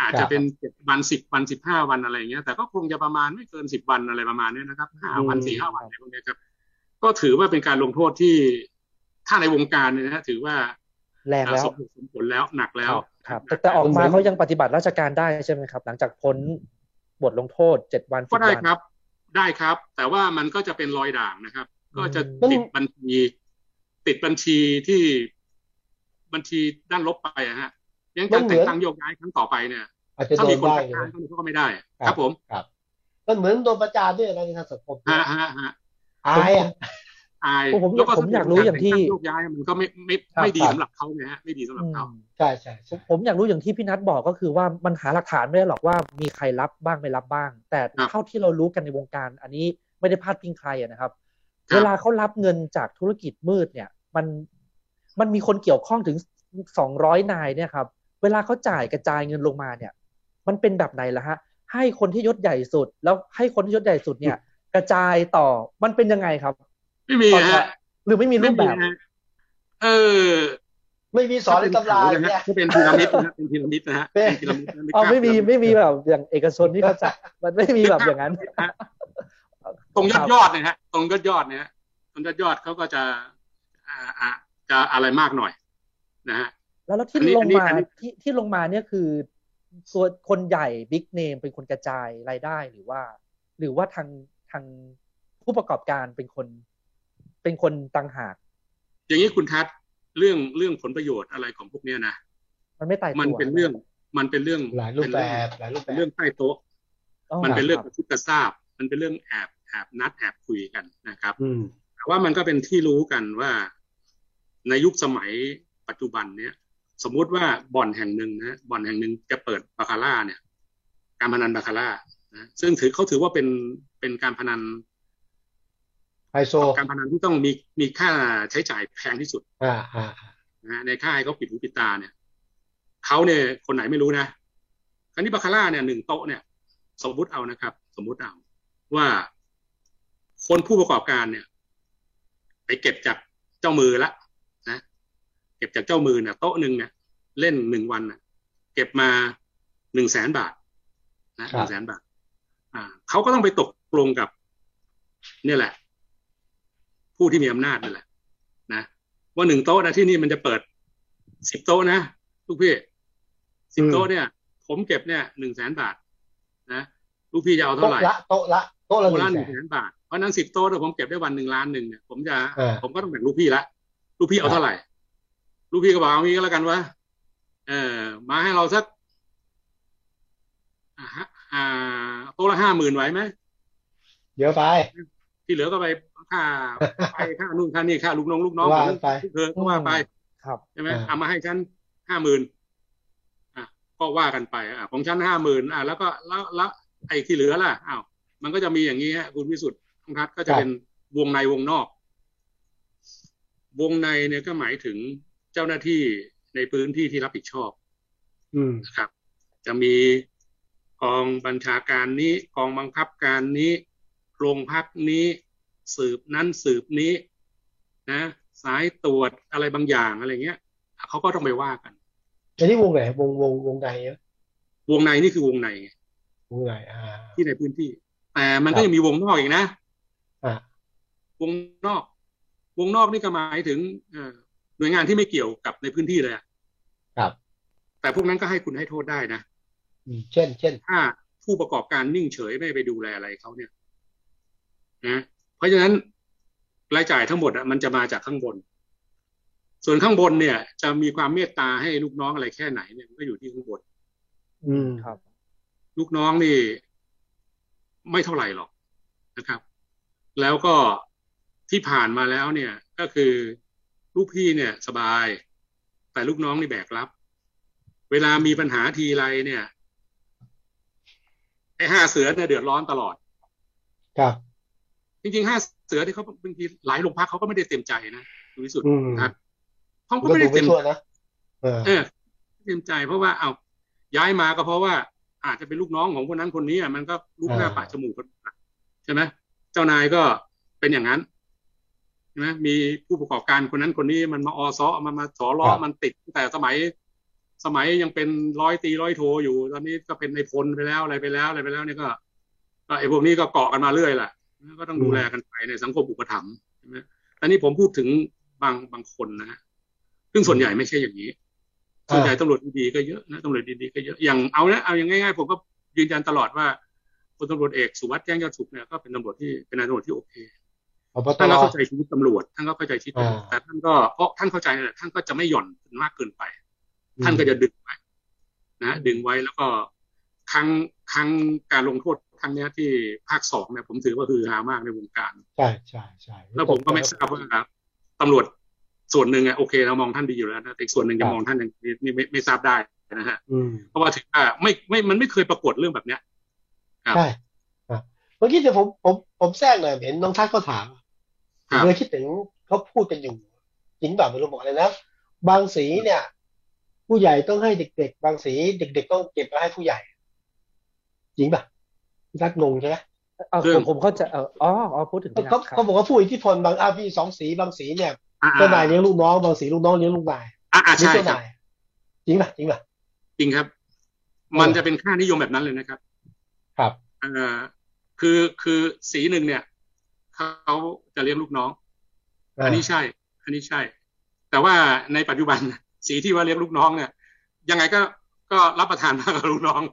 อาจจะเป็นเจ็ดวันสิบวันสิบห้าวันอะไรอย่างเงี้ยแต่ก็คงจะประมาณไม่เกินสิบวันอะไรประมาณนี้นะครับห้าวันสี่ห้าวันอะไรพวกนี้ครับก็ถือว่าเป็นการลงโทษที่ถ้าในวงการเนี่ยนะถือว่าแรงแล้วสมผลแล้วหนักแล้วครับแต่แต่ออกมาเขายังปฏิบัติราชการได้ใช่ไหมครับหลังจากพ้นบทลงโทษเจ็ดวันก็ได้ครับได้ครับแต่ว่ามันก็จะเป็นรอยด่างนะครับก็จะติดบัญชีติดบัญชีที่บัญชีด้านลบไปอะฮะยังการแต่งตั้งโยกย้ายครั้งต่อไปเนี่ยถ้ามีคนคัดค้านเขาก็ไม่ได้ครับผมครับมันเหมือนโดนประจานด้วยนะในทางสังคมฮะฮะฮะอายอ่ะอายผมผมอยากรู้อย่างที่โยกย้ายมันก็ไม่ไม่ไม่ดีสำหรับเขาเนี่ยฮะไม่ดีสำหรับเขาใช่ใช่ผมอยากรู้อย่างที่พี่นัทบอกก็คือว่ามันหาหลักฐานไม่ได้หรอกว่ามีใครรับบ้างไม่รับบ้างแต่เท่าที่เรารู้กันในวงการอันนี้ไม่ได้พาดพิงใครนะครับเวลาเขารับเงินจากธุรกิจมืดเนี่ยมันมันมีคนเกี่ยวข้องถึงสองร้อยนายเนี่ยครับเวลาเขาจ่ายกระจายเงินลงมาเนี่ยมันเป็นแบบไหนล่ะฮะให้คนที่ยศใหญ่สุดแล้วให้คนที่ยศใหญ่สุดเนี่ยกระจายต่อมันเป็นยังไงครับไม่มีฮะหรือไม่มีรูปแบบเออไม่มีสอนในตำราเนี่ยก็เป็นพีระมิดนะเป็นพีระมิดนะฮะเป็นพีระมิดอ๋อไม่มีไม่มีแบบอย่างเอกชนที่เขาจัดมันไม่มีแบบอย่างนั้นตรงยอดยอดเนี่ยฮะตรงยอดยอดเนี่ยตรงยอดยอดเขาก็จะอ่าอ่าจะอะไรมากหน่อยนะฮะแล้วแล้วที่ลงมาที่ที่ลงมาเนี่ยคือตัวคนใหญ่บิ๊กเนมเป็นคนกระจายรายได้หรือว่า หรือว่าทางทางผู้ประกอบการเป็นคนเป็นคนต่างหากอย่างนี้คุณทัศน์เรื่องเรื่องผลประโยชน์อะไรของพวกนี้นะมันไม่ตายตัวมันเป็นเรื่องมันเป็นเรื่องหลายรูปแบบหลายรูปแบบเรื่องใต้โต๊ะมันเป็นเรื่องกระซิบกระซาบมันเป็นเรื่องแอบแอบนัดแอบคุยกันนะครับแต่ว่ามันก็เป็นที่รู้กันว่าในยุคสมัยปัจจุบันเนี้ยสมมุติว่าบ่อนแห่งหนึ่งนะบ่อนแห่งหนึ่งจะเปิดบาคาร่าเนี่ยการพนันบาคาร่านะซึ่งถือเขาถือว่าเป็นเป็นการพนันไฮโซการพนันที่ต้องมีมีค่าใช้จ่ายแพงที่สุดอ่าอ่านะในค่ายเขาปิดหูปิดตาเนี่ยเขาเนี่ยคนไหนไม่รู้นะคราวนี้บาคาร่าเนี่ยหนึ่งโต๊ะเนี่ยสมมุติเอานะครับสมมุติเอาว่าคนผู้ประกอบการเนี่ยไปเก็บจากเจ้ามือละนะเก็บจากเจ้ามือเนี่ยโต๊ะหนึ่งเนี่ยเล่นหนึ่งวันน่ะเก็บมาหนึ่งแสนบาทนะหนึ่งแสนบาทอ่าเขาก็ต้องไปตกลงกับเนี่ยแหละผู้ที่มีอำนาจนั่นแหละนะว่าหนึ่งโต๊ะนะที่นี่มันจะเปิดสิบโต๊ะนะลูกพี่สิบโต๊ะเนี่ยผมเก็บเนี่ยหนึ่งแสนบาทนะลูกพี่จะเอาเท่าไหร่โต๊ะละโต๊ะละโต๊ะละหนึ่งแสนบาทเพราะนั้นสิบโต๊ะเนี่ยผมเก็บได้วันหนึ่งล้านหนึ่งเนี่ยผมจะผมก็ต้องแบ่งลูกพี่ละลูกพี่เอาเท่าไหร่ลูกพี่ก็บอกเอางี้ก็แล้วกันว่าเออมาให้เราสักอ่าอ่าโต๊ะละห้าหมื่นไหวไหมเยอะไปที่เหลือก็ไปค่าไปค่านู่นค่านี่ค่าลูกน้องลูกน้องทุกเธอก็ว่าไปใช่ไหมเอามาให้ฉันห้าหมื่นอ่ะก็ว่ากันไปอ่ะของฉันห้าหมื่นอ่ะแล้วก็แล้วแล้วไอ้ที่เหลือล่ะอ้าวมันก็จะมีอย่างนี้ฮะคุณวิสุทธิ์ทุกท่านก็จะเป็นวงในวงนอกวงในเนี่ยก็หมายถึงเจ้าหน้าที่ในพื้นที่ที่รับผิดชอบอืมครับจะมีกองบัญชาการนี้กองบังคับการนี้โรงพักนี้สืบนั้นสืบนี้นะสายตรวจอะไรบางอย่างอะไรเงี้ยเขาก็ต้องไปว่ากันอันนี้วงไหนวงวงวงในวงในนี่คือวงในวงในอ่าที่ในพื้นที่แต่มันก็ยังมีวงนอกอีกนะอ่าวงนอกวงนอกนี่ก็หมายถึงหน่วยงานที่ไม่เกี่ยวกับในพื้นที่เลยครับแต่พวกนั้นก็ให้คุณให้โทษได้นะเช่นเช่นถ้าผู้ประกอบการนิ่งเฉยไม่ไปดูแลอะไรเขาเนี่ยนะเพราะฉะนั้นรายจ่ายทั้งหมดอ่ะมันจะมาจากข้างบนส่วนข้างบนเนี่ยจะมีความเมตตาให้ลูกน้องอะไรแค่ไหนเนี่ยก็อยู่ที่ข้างบนอืมครับลูกน้องนี่ไม่เท่าไหร่หรอกนะครับแล้วก็ที่ผ่านมาแล้วเนี่ยก็คือลูกพี่เนี่ยสบายแต่ลูกน้องนี่แบกรับเวลามีปัญหาทีไรเนี่ยไอ้ห้าเสือเนี่ยเดือดร้อนตลอดครับจริงๆห้าเสือที่เขาบางทีหลายโรงพักเขาก็ไม่ได้เต็มใจนะดูที่สุดครับเขาก็ไม่ได้เต็มนะเออเต็มใจเพราะว่าเอาย้ายมาก็เพราะว่าอาจจะเป็นลูกน้องของคนนั้นคนนี้อ่ะมันก็ลูกหน้าปากจมูกใช่ไหมเจ้านายก็เป็นอย่างนั้นใช่ไหมมีผู้ประกอบการคนนั้นคนนี้มันมาอซ้อมันมาสอล้อมันติดตั้งแต่สมัยสมัยยังเป็นร้อยตีร้อยโทอยู่ตอนนี้ก็เป็นในพลไปแล้วอะไรไปแล้วอะไรไปแล้วเนี่ยก็ก็ไอ้พวกนี้ก็เกาะกันมาเรื่อยแหละก็ต้องดูแลกันไปในสังคมอุปถัมภ์ใช่ไหมอันนี้ผมพูดถึงบางบางคนนะฮะซึ่งส่วนใหญ่ไม่ใช่อย่างนี้ส่วนใหญ่ตำรวจดีๆก็เยอะนะตำรวจดีๆก็เยอะอย่างเอานะเอาอย่างง่ายๆผมก็ยืนยันตลอดว่าพลตำรวจเอกสุวัสดิ์แจ้งยอดสุขเนี่ยก็เป็นตำรวจที่เป็นนายตำรวจที่โอเคท่านก็เข้าใจชีวิตตำรวจท่านก็เข้าใจชีวิตแต่ท่านก็เพราะท่านเข้าใจเนี่ยท่านก็จะไม่หย่อนมากเกินไปท่านก็จะดึงไว้นะดึงไว้แล้วก็ครั้งครั้งการลงโทษครั้งนี้ที่ภาคสองเนี่ยผมถือว่าคือฮามากในวงการใช่ใช่ใช่แล้วผมก็ไม่ทราบว่าตำรวจส่วนหนึ่งอ่ะโอเคเรามองท่านดีอยู่แล้วนะแต่อีกส่วนหนึ่งจะมองท่านอย่างนี้ไม่ไม่ทราบได้นะฮะเพราะว่าถึงว่าไม่ไม่มันไม่เคยปรากฏเรื่องแบบเนี้ยใช่เมื่อกี้เดี๋ยวผมผมผมแทรกหน่อยเห็นน้องทัศน์เขาถามผมเลยคิดถึงเขาพูดกันอยู่จริงแบบไม่รู้บอกอะไรนะบางสีเนี่ยผู้ใหญ่ต้องให้เด็กๆบางสีเด็กๆต้องเก็บไว้ให้ผู้ใหญ่จริงป่ะทัศน์งงใช่ไหมเออผมผมเข้าใจเอออ๋ออ๋อพูดถึงเขาเขาบอกว่าผู้อิทธิพลบางอาพี่สองสีบางสีเนี่ยเจ้านายเลี้ยงลูกน้องบางสีลูกน้องเลี้ยงลูกนายอ่าใช่เจ้านายจริงป่ะจริงป่ะจริงครับมันจะเป็นค่านิยมแบบนั้นเลยนะครับครับเอ่อคือคือสีหนึ่งเนี่ยเขาจะเลี้ยงลูกน้องอันนี้ใช่อันนี้ใช่แต่ว่าในปัจจุบันสีที่ว่าเลี้ยงลูกน้องเนี่ยยังไงก็ก็รับประทานมากกับลูกน้อง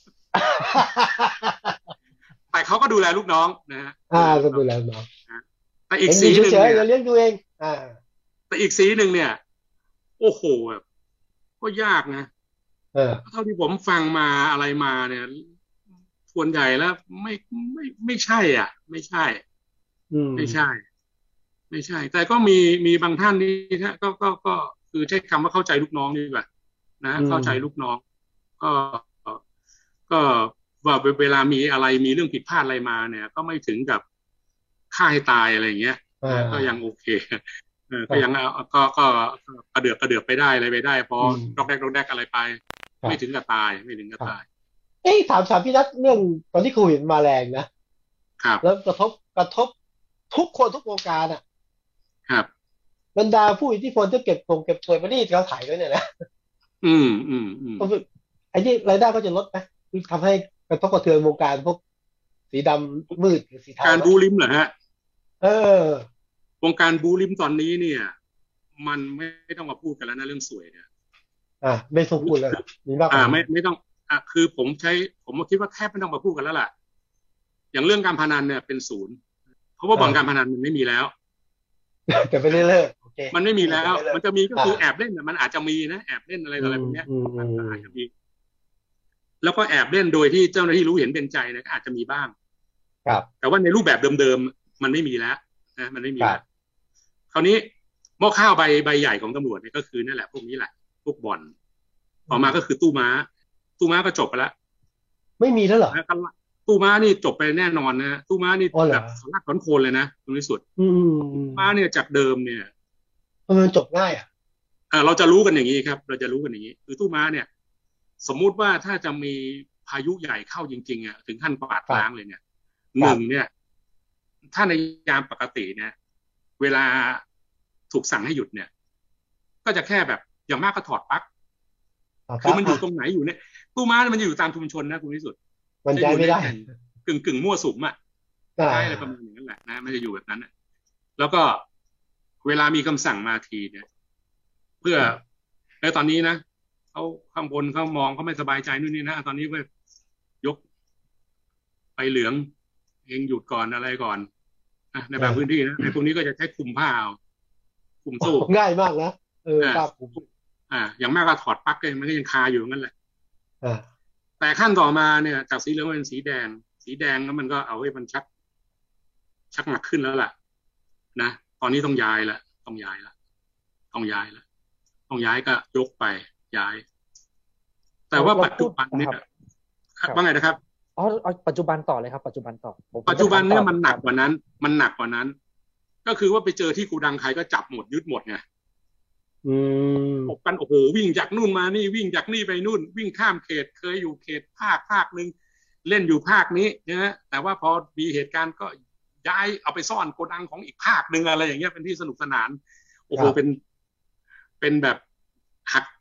แต่เขาก็ดูแลลูกน้องนะฮะอ่าก็ดูแลน้องแต่อีกสีหนึ่งเนี่ยเลี้ยงตัวเองอ่าแต่อีกสีหนึ่งเนี่ยโอ้โหแบบก็ยากนะเออเท่าที่ผมฟังมาอะไรมาเนี่ยส่วนใหญ่แล้วไม่ไม่ไม่ใช่อ่ะไม่ใช่ไม่ใช่ไม่ใช่แต่ก็มีมีบางท่านนี่นะก็ก็ก็คือใช้คำว่าเข้าใจลูกน้องดีกว่านะเข้าใจลูกน้องก็ก็ว่าเวลามีอะไรมีเรื่องผิดพลาดอะไรมาเนี่ยก็ไม่ถึงกับฆ่าให้ตายอะไรอย่างเงี้ยก็ยังโอเคก็ยังก็ก็กระเดือกกระเดือกไปได้อะไรไปได้พอดอกแดกดอกแดกอะไรไปไม่ถึงกับตายไม่ถึงกับตายเอ้ถามถามพี่นัทเรื่องตอนที่โควิดมาแรงนะครับแล้วกระทบกระทบทุกคนทุกวงการอ่ะครับบรรดาผู้อิทธิพลที่เก็บตรงเก็บสวยมานี่เขาขายด้วยเนี่ยนะอืมอืมอืมไอ้นี่รายได้ก็จะลดไหมทำให้กระทบกระเทือนวงการพวกสีดำมืดหรือสีเทาการบูลิมเหรอฮะเออวงการบูลิมตอนนี้เนี่ยมันไม่ต้องมาพูดกันแล้วนะเรื่องสวยเนี่ยอ่าไม่ต้องพูดแล้วมีมากอ่าไม่ไม่ต้องอ่ะคือผมใช้ผมคิดว่าแทบไม่ต้องมาพูดกันแล้วล่ะอย่างเรื่องการพนันเนี่ยเป็นศูนย์เพราะว่าบ่อนการพนันมันไม่มีแล้วแต่ไม่ได้เลิกโอเคมันไม่มีแล้วมันจะมีก็คือแอบเล่นมันอาจจะมีนะแอบเล่นอะไรอะไรพวกนี้อาจจะมีแล้วก็แอบเล่นโดยที่เจ้าหน้าที่รู้เห็นเป็นใจนะอาจจะมีบ้างครับแต่ว่าในรูปแบบเดิมๆมันไม่มีแล้วนะมันไม่มีแล้วคราวนี้หม้อข้าวใบใบใหญ่ของตำรวจเนี่ยก็คือนั่นแหละพวกนี้แหละพวกบ่อนต่อมาก็คือตู้ม้าตู้ม้าก็จบไปแล้วไม่มีแล้วเหรอตู้ม้านี่จบไปแน่นอนนะตู้ม้านี่แบบสลักถอนโคนเลยนะตรงที่สุดม้าเนี่ยจากเดิมเนี่ยมันจบง่ายอ่ะเราจะรู้กันอย่างนี้ครับเราจะรู้กันอย่างนี้คือตู้ม้าเนี่ยสมมุติว่าถ้าจะมีพายุใหญ่เข้าจริงๆอ่ะถึงขั้นกวาดล้างเลยเนี่ยหนึ่งเนี่ยถ้าในยามปกติเนี่ยเวลาถูกสั่งให้หยุดเนี่ยก็จะแค่แบบอย่างมากก็ถอดปลั๊กคือมันอยู่ตรงไหนอยู่เนี่ยตู้ม้ามันจะอยู่ตามชุมชนนะคุณวิสุทธิ์มันย้ายไม่ได้กึ่งกึ่งมั่วสุมอ่ะใช่อะไรประมาณอย่างนั้นแหละนะมันจะอยู่แบบนั้นนะแล้วก็เวลามีคำสั่งมาทีเนี่ยเพื่อในตอนนี้นะเขาข้างบนเขามองเขาไม่สบายใจนู่นนี่นะตอนนี้ก็ยกไปเหลืองเองหยุดก่อนอะไรก่อนนะในบางพื้นที่นะในพวกนี้ก็จะใช้คุมผ้าเอาคุมตู้ง่ายมากนะเออผ้าคุมอ่าอย่างมากก็ถอดปลั๊กเลยมันก็ยังคาอยู่งั้นแหละแต่ขั้นต่อมาเนี่ยจากสีเหลืองเป็นสีแดงสีแดงแล้วมันก็เอาให้มันชักชักหนักขึ้นแล้วล่ะนะตอนนี้ต้องย้ายละต้องย้ายละต้องย้ายละต้องย้ายก็ยกไปย้ายแต่ว่าปัจจุบันเนี่ยว่าไงนะครับอ๋อปัจจุบันต่อเลยครับปัจจุบันต่อปัจจุบันเนี่ยมันหนักกว่านั้นมันหนักกว่านั้นก็คือว่าไปเจอที่กูดังใครก็จับหมดยึดหมดไงอืมปกกันโอ้โหวิ่งจากนู่นมานี่วิ่งจากนี่ไปนู่นวิ่งข้ามเขตเคยอยู่เขตภาคภาคนึงเล่นอยู่ภาคนี้นะแต่ว่าพอมีเหตุการณ์ก็ย้ายเอาไปซ่อนโกดังของอีกภาคนึงอะไรอย่างเงี้ยเป็นที่สนุกสนานโอ้โหเป็นเป็นแบบหัก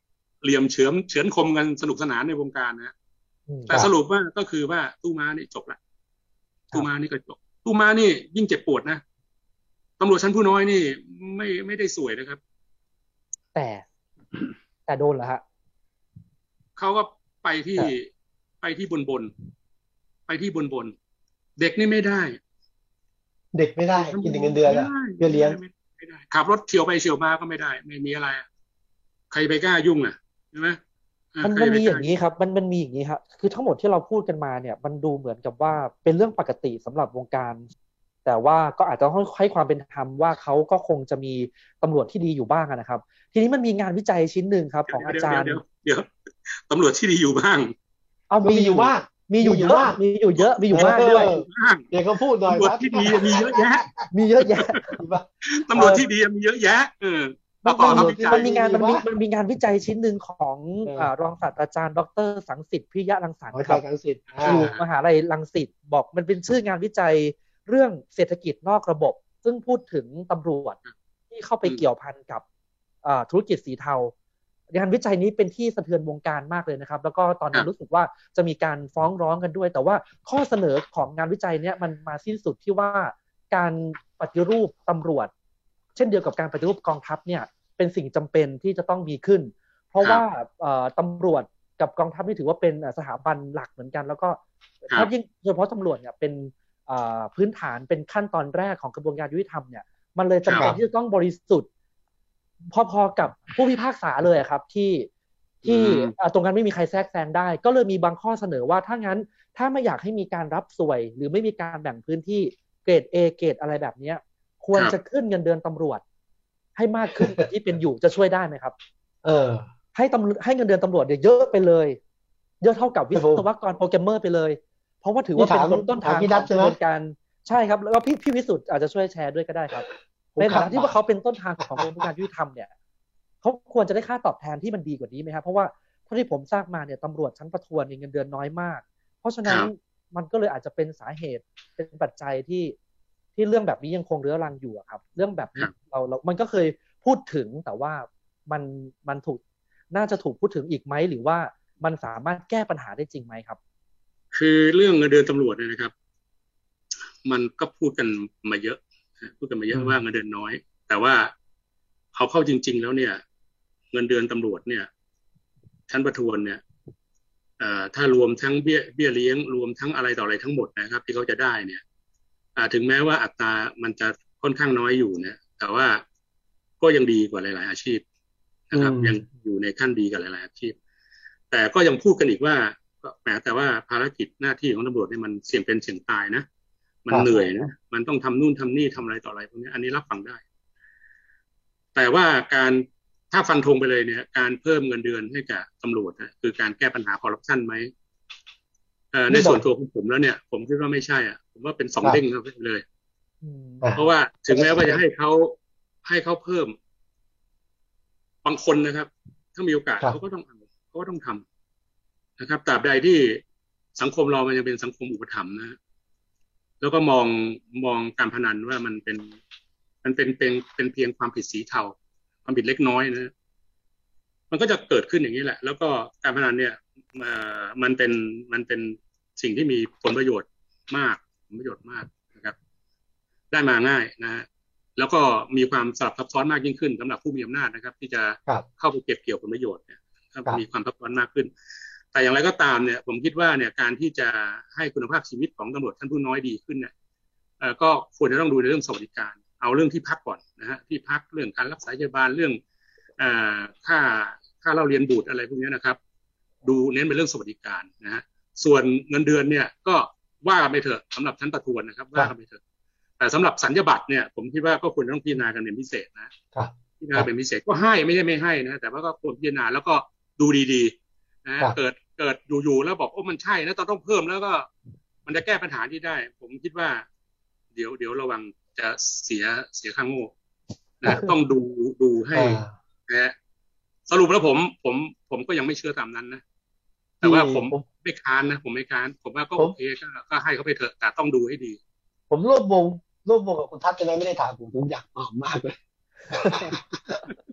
เหลี่ยมเฉือนเฉือนคมกันสนุกสนานในวงการนะแต่สรุปว่าก็คือว่าตู้ม้านี่จบละตู้ม้านี่ก็จบตู้ม้านี่ยิ่งเจ็บปวดนะตำรวจชั้นผู้น้อยนี่ไม่ไม่ได้สวยนะครับแต่แต่โดนเหรอฮะเขาก็ไปที่ไปที่บนบนไปที่บนบนเด็กนี่ไม่ได้เด็กไม่ได้กินเงินเดือนอะเพื่อเลี้ยงไม่ได้ขับรถเฉียวไปเฉียวมาก็ไม่ได้ไม่มีอะไรใครไปกล้ายุ่งอ่ะใช่ไหมมันมันมีอย่างนี้ครับมันมันมีอย่างนี้ครับคือทั้งหมดที่เราพูดกันมาเนี่ยมันดูเหมือนกับว่าเป็นเรื่องปกติสำหรับวงการแต่ว่าก็อาจจะต้องให้ความเป็นธรรมว่าเขาก็คงจะมีตำรวจที่ดีอยู่บ้างนะครับทีนี้มันมีงานวิจัยชิ้นหนึ่งครับของอาจารย์เดี๋ยวเดี๋ยวตำรวจที่ดีอยู่บ้างเอามีอยู่บ้างมีอยู่เยอะมีอยู่เยอะมีอยู่มากด้วยเดี๋ยวเขาพูดหน่อยตำรวจที่ดีมีเยอะแยะมีเยอะแยะตำรวจที่ดีมีเยอะแยะเออมันมีงานมันมีมันมีงานวิจัยชิ้นหนึ่งของรองศาสตราจารย์ดร.สังสิทธิ์พิยะรังสรรค์ครับอยู่มหาลัยรังสิตบอกมันเป็นชื่องานวิจัยเรื่องเศรษฐกิจนอกระบบซึ่งพูดถึงตำรวจที่เข้าไปเกี่ยวพันกับธุรกิจสีเทางานวิจัยนี้เป็นที่สะเทือนวงการมากเลยนะครับแล้วก็ตอนนี้รู้สึกว่าจะมีการฟ้องร้องกันด้วยแต่ว่าข้อเสนอของงานวิจัยเนี้ยมันมาสิ้นสุดที่ว่าการปฏิรูปตำรวจเช่นเดียวกับการปฏิรูปกองทัพเนี่ยเป็นสิ่งจำเป็นที่จะต้องมีขึ้นเพราะว่าตำรวจกับกองทัพนี่ถือว่าเป็นสถาบันหลักเหมือนกันแล้วก็ถ้ายิ่งโดยเฉพาะตำรวจเนี่ยเป็นพื้นฐานเป็นขั้นตอนแรกของกระบวนการยุติธรรมเนี่ยมันเลยจำเป็นที่จะต้องบริสุทธิ์พอๆกับผู้พิพากษาเลยครับที่ที่ตรงนั้นไม่มีใครแทรกแซงได้ก็เลยมีบางข้อเสนอว่าถ้างั้นถ้าไม่อยากให้มีการรับสวยหรือไม่มีการแบ่งพื้นที่เกรด A เกรดอะไรแบบนี้ควรจะขึ้นเงินเดือนตำรวจให้มากขึ้นกว่าที่เป็นอยู่จะช่วยได้ไหมครับเออให้ตำให้เงินเดือนตำรวจเนี่ยเยอะไปเลยเยอะเท่ากับวิศวกรโปรแกรมเมอร์ไปเลยเพราะว่าถือว่าเป็นต้นทางของกระบวนการใช่ครับแล้วก็พี่พี่วิสุทธ์อาจจะช่วยแชร์ด้วยก็ได้ครับในฐานะที่ว่าเขาเป็นต้นทางของกระบวนการยุติธรรมเนี่ยเขาควรจะได้ค่าตอบแทนที่มันดีกว่านี้ไหมครับเพราะว่าเท่าที่ผมทราบมาเนี่ยตำรวจชั้นประทวนเงินเดือนน้อยมากเพราะฉะนั้นมันก็เลยอาจจะเป็นสาเหตุเป็นปัจจัยที่ที่เรื่องแบบนี้ยังคงเรื้อรังอยู่ครับเรื่องแบบนี้เราเรามันก็เคยพูดถึงแต่ว่ามันมันถูกน่าจะถูกพูดถึงอีกไหมหรือว่ามันสามารถแก้ปัญหาได้จริงไหมครับคือเรื่องเงินเดือนตำรวจเนี่ยนะครับมันก็พูดกันมาเยอะพูดกันมาเยอะว่าเงินเดือนน้อยแต่ว่าเขาเข้าจริงๆแล้วเนี่ยเงินเดือนตำรวจเนี่ยชั้นประทวนเนี่ยเอ่อถ้ารวมทั้งเบี้ยเบี้ยเลี้ยงรวมทั้งอะไรต่ออะไรทั้งหมดนะครับที่เขาจะได้เนี่ยถึงแม้ว่าอัตรามันจะค่อนข้างน้อยอยู่เนี่ยแต่ว่าก็ยังดีกว่าหลายๆอาชีพนะครับยังอยู่ในขั้นดีกว่าหลายๆอาชีพแต่ก็ยังพูดกันอีกว่าแม้แต่ว่าภารกิจหน้าที่ของตำรวจเนี่ยมันเสี่ยงเป็นเสี่ยงตายนะมันเหนื่อยนะมันต้องทำนู่นทำนี่ทำอะไรต่ออะไรพวกนี้อันนี้รับฟังได้แต่ว่าการถ้าฟันธงไปเลยเนี่ยการเพิ่มเงินเดือนให้กับตำรวจนะคือการแก้ปัญหาคอร์รัปชันไหมในส่วนตัวของผมแล้วเนี่ยผมคิดว่าไม่ใช่อ่ะผมว่าเป็นสองเด้งเลยเพราะว่าถึงแม้ว่าจะให้เขาให้เขาเพิ่มบางคนนะครับถ้ามีโอกาสเขาก็ต้องเขาก็ต้องทำนะครับตราบใดที่สังคมเรามันยังเป็นสังคมอุปถัมภ์นะแล้วก็มองมองการพนันว่ามันเป็นมันเป็นเป็นเป็นเพียงความผิดสีเทาความผิดเล็กน้อยนะมันก็จะเกิดขึ้นอย่างนี้แหละแล้วก็การพนันเนี่ยมันเป็นมันเป็นสิ่งที่มีผลประโยชน์มากผลประโยชน์มากนะครับได้มาง่ายนะฮะแล้วก็มีความสลับซับซ้อนมากยิ่งขึ้นสำหรับผู้มีอำนาจนะครับที่จะเข้าไปเก็บเกี่ยวผลประโยชน์เนี่ยมีความซับซ้อนมากขึ้นแต่อย่างไรก็ตามเนี่ยผมคิดว่าเนี่ยการที่จะให้คุณภาพชีวิตของตำรวจชั้นผู้น้อยดีขึ้นเนี่ยเอ่อก็ควรจะต้องดูในเรื่องสวัสดิการเอาเรื่องที่พักก่อนนะฮะที่พักเรื่องการรักษาพยาบาลเรื่องเอ่อค่าค่าเล่าเรียนบุตรอะไรพวกนี้นะครับดูเน้นเป็นเรื่องสวัสดิการนะฮะส่วนเงินเดือนเนี่ยก็ว่ากันไปเถอะสำหรับชั้นประทวนนะครับว่ากันไปเถอะแต่สำหรับสัญญาบัตรเนี่ยผมคิดว่าก็ควรต้องพิจารณากันเป็นพิเศษนะพิจารณาเป็นพิเศษก็ให้ไม่ใช่ไม่ให้นะแต่ว่าก็ควรพิจารณาแล้วก็ดูดีๆนะเกิดเกิดอยู่ๆแล้วบอกโอ้มันใช่นะต้องต้องเพิ่มแล้วก็มันจะแก้ปัญหาที่ได้ผมคิดว่าเดี๋ยวเดี๋ยวระวังจะเสียเสียข้างโง่นะต้องดูดูให้นะสรุปแล้วผมผมผมก็ยังไม่เชื่อตามนั้นนะแต่ว่าผมไม่ค้านนะผมไม่ค้านผมว่าก็โอเคก็ก็ให้เขาไปเถอะแต่ต้องดูให้ดีผมรวบวงรวบวงกับคุณทัศน์จะได้ไม่ได้ถามผมผมอยากตอบมากเลย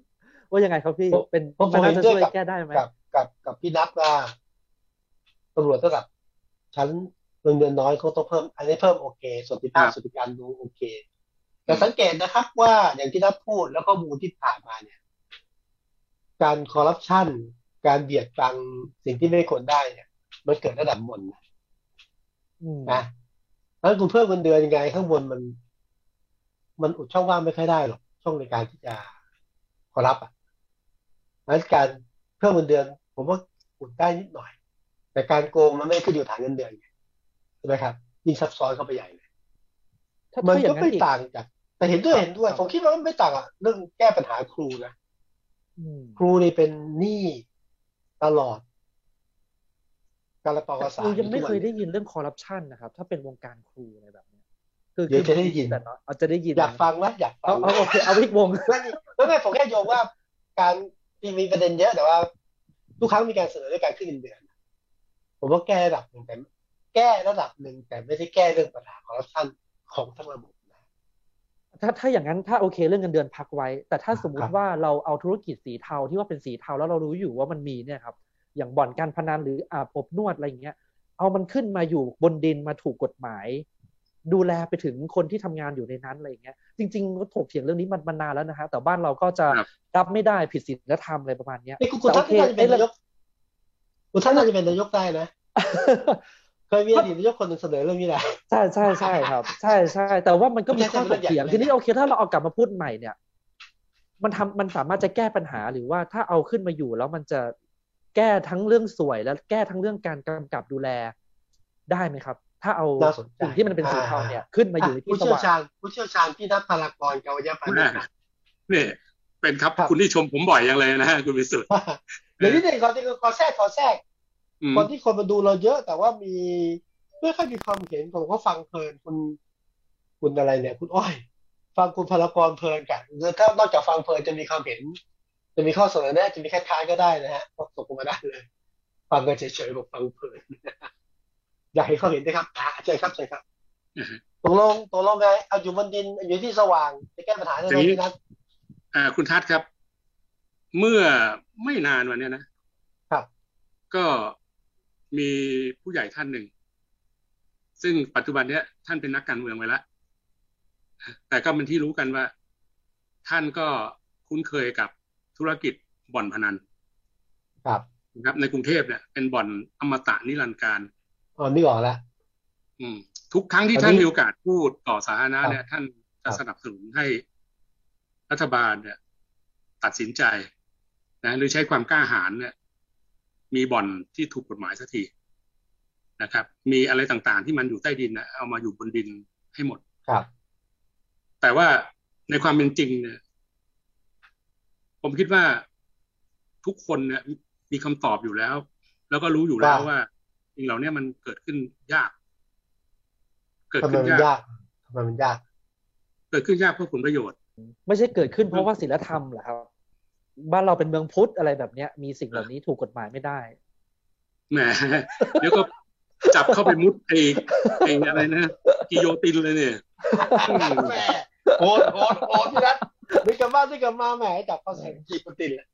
ว่ายังไงครับพี่เป็นผมมันเห็น่าน จะด้วยช่วยกับแก้ได้ไหมกับกับกับพี่นัทว่าตำรวจระดับชั้นเงินเดือนน้อยเขาต้องเพิ่มอันนี้เพิ่มโอเคสวัสดิภาพครับสวัสดิการดูโอเค แต่สังเกตนะครับว่าอย่างที่นัทพูดแล้วข้อมูลที่ผ่านมาเนี่ย การคอร์รัปชันการเบียดบังสิ่งที่ไม่ควรได้เนี่ย มันเกิดระดับบนนะอืมนะแล้วคุณเพิ่มเงินเดือนยังไงข้างบนมัน มันอุดช่องว่างไม่ค่อยได้หรอกช่องในการที่จะคอร์รัปอ่ะงั้นการเพิ่มเงินเดือน ผมว่าอุดได้นิดหน่อย แต่การโกงมันไม่ขึ้นอยู่ฐานเงินเดือนไงใช่ไหมครับยิ่งซับซ้อนเข้าไปใหญ่เลยถ้ามันถ้าอย่าก็งนั้นไม่อีกต่างจากแต่เห็นด้วยครับเห็นด้วยครับผมคิดว่ามันไม่ต่างอ่ะเรื่องแก้ปัญหาครูนะอืมครูนี่เป็นหนี้ตลอด การละปอกภาษาครูยังไม่ทุกเควันยได้ยินเรื่องคอร์รัปชันนะครับถ้าเป็นวงการครูอะไรแบบเนี้ยคือเดี๋ยวจะได้ยินแต่เนาะเอาจะได้ยินอยากฟังไหมอยากฟัเอางเอาโอเคเอาพี่วงไม่ไม่ไม่ผมแค่โยงว่าการที่มีประเด็นเยอะแต่ว่าทุกครั้งมีการเสนอด้วยการขึ้นเงินเดือน ผมว่าแก้ระดับหนึ่งแต่แก้ระดับหนึ่งแต่ไม่ได้แก้เรื่องปัญหาคอร์รัปชันของทั้งระบบนะถ้าถ้าอย่างนั้นถ้าโอเคเรื่องเงินเดือนพักไว้ แต่ถ้าสมมุครัติบว่าเราเอาธุรกิจสีเทาที่ว่าเป็นสีเทาแล้วเรารู้อยู่ว่ามันมีเนี่ยครับอย่างบ่อนการพนันหรืออาบอบนวดอะไรอย่างเงี้ยเอามันขึ้นมาอยู่บนดินมาถูกกฎหมาย ดูแลไปถึงคนที่ทำงานอยู่ในนั้นอะไรอย่างเงี้ยจริงๆก็ถกเถียงเรื่องนี้มันมานานแล้วนะฮะแต่บ้านเราก็จะครับรับไม่ได้ผิดศีลธรรมอะไรประมาณเนี้ยนี่คุณคุณแต่ท่าโอน เคน่าจะเป็นไอ้เรื่นาองยกคุณท่านน่าจะเป็นนายกได้นะ เคยมีอดีตนายกคนหนึ่งเสนอเรื่องนี้แหละใช่ใช่ใช่ครับ ใช่ใช่แต่ว่ามันก็มีใช่ข้อใช่ถกเถียงมันทีละเอียดนี้โอเคถ้าเราเอากลับมาพูดใหม่เนี่ย มันทำมันสามารถจะแก้ปัญหาหรือว่าถ้าเอาขึ้นมาอยู่แล้วมันจะแก้ทั้งเรื่องสวยและแก้ทั้งเรื่องการกำกับดูแลได้ไหมครับ ถ้าเอาน่าสนใจสิ่งที่มันเป็นสีเทาเนี่ย ขึ้นมาอยู่ในที่ผู้สเชี่ยวว่างชาญผู้เชี่ยวชาญที่นักพลากรกวยพันธ์นี่เป็นครับครับคุณที่ชมผมบ่อยอย่างเลยนะฮะคุณวิสุทธิ์เดี๋ยวนี้เด็กขอที่ขอแทรกขอแทรกอืมคนที่คนมาดูเราเยอะ แต่ว่ามีไม่ค่อยมีความเห็นผมก็ฟังเพลินคุณคุณอะไรเนี่ย คุณอ้อย ฟังคุณพลากรเพลินกันถ้านอกจากฟังเพลินจะมีความเห็น จะมีข้อเสนอแนะจะมีคัดค้านก็ได้นะฮะก็ส่งมาได้เลย ฟังกันเฉยๆบอกฟังเพลิน อยากให้เขาเห็นด้วยครับอ่าใช่ครับใช่ครับอือฮึตกลงตกลงไงเอาอยู่บนดินอยู่ที่สว่างจะแก้ปัญหาได้ไหมพี่นัทอ่าคุณทัศน์ครับ เมื่อไม่นานวันเนี้ยนะครับ ก็มีผู้ใหญ่ท่านหนึ่ง ซึ่งปัจจุบันเนี้ยท่านเป็นนักการเมืองไปแล้วแต่ก็เป็นที่รู้กันว่า ท่านก็คุ้นเคยกับธุรกิจบ่อนพนันครับนะครับ ในกรุงเทพเนี่ยเป็นบ่อนอมตะนิรันดร์การอ๋อนี่ออกแล้วอืมทุกครั้งที่อันนี้ท่านมีโอกาสพูดต่อสาธารณะครับเนี่ย ท่านครัจะบสนับสนุนให้รัฐบาลเนี่ย ตัดสินใจนะหรือใช้ความกล้าหาญเนี่ย มีบ่อนที่ถูกกฎหมายสักทีนะครับ มีอะไรต่างๆที่มันอยู่ใต้ดินนะเอามาอยู่บนดินให้หมดครับแต่ว่าในความเป็นจริงเนี่ย ผมคิดว่าทุกคนเนี่ยมีคำตอบอยู่แล้ว แล้วก็รู้อยู่แล้วว่าว่าสิ่งเหล่านี้มันเกิดขึ้นยาก เกิดทำไมขึ้นมันยากยากทำไมมันยากเกิดขึ้นยากเพราะผลประโยชน์ไม่ใช่เกิดขึ้นเพราะว่าศีลธรรมเหรอครับ บ้านเราเป็นเมืองพุทธอะไรแบบเนี้ย มีสิ่งเหล่านี้ถูกกฎหมายไม่ได้แหม เดี๋ยวก็จับเข้าไปมุดไอ้ไอ้อะไรนะกิโยตินเลยเนี่ยอืมแม่โหดโหดโหดพี่นัทนึกกลับบ้านนึกกลับมาแหมจับเขาใส่จีบติดเลย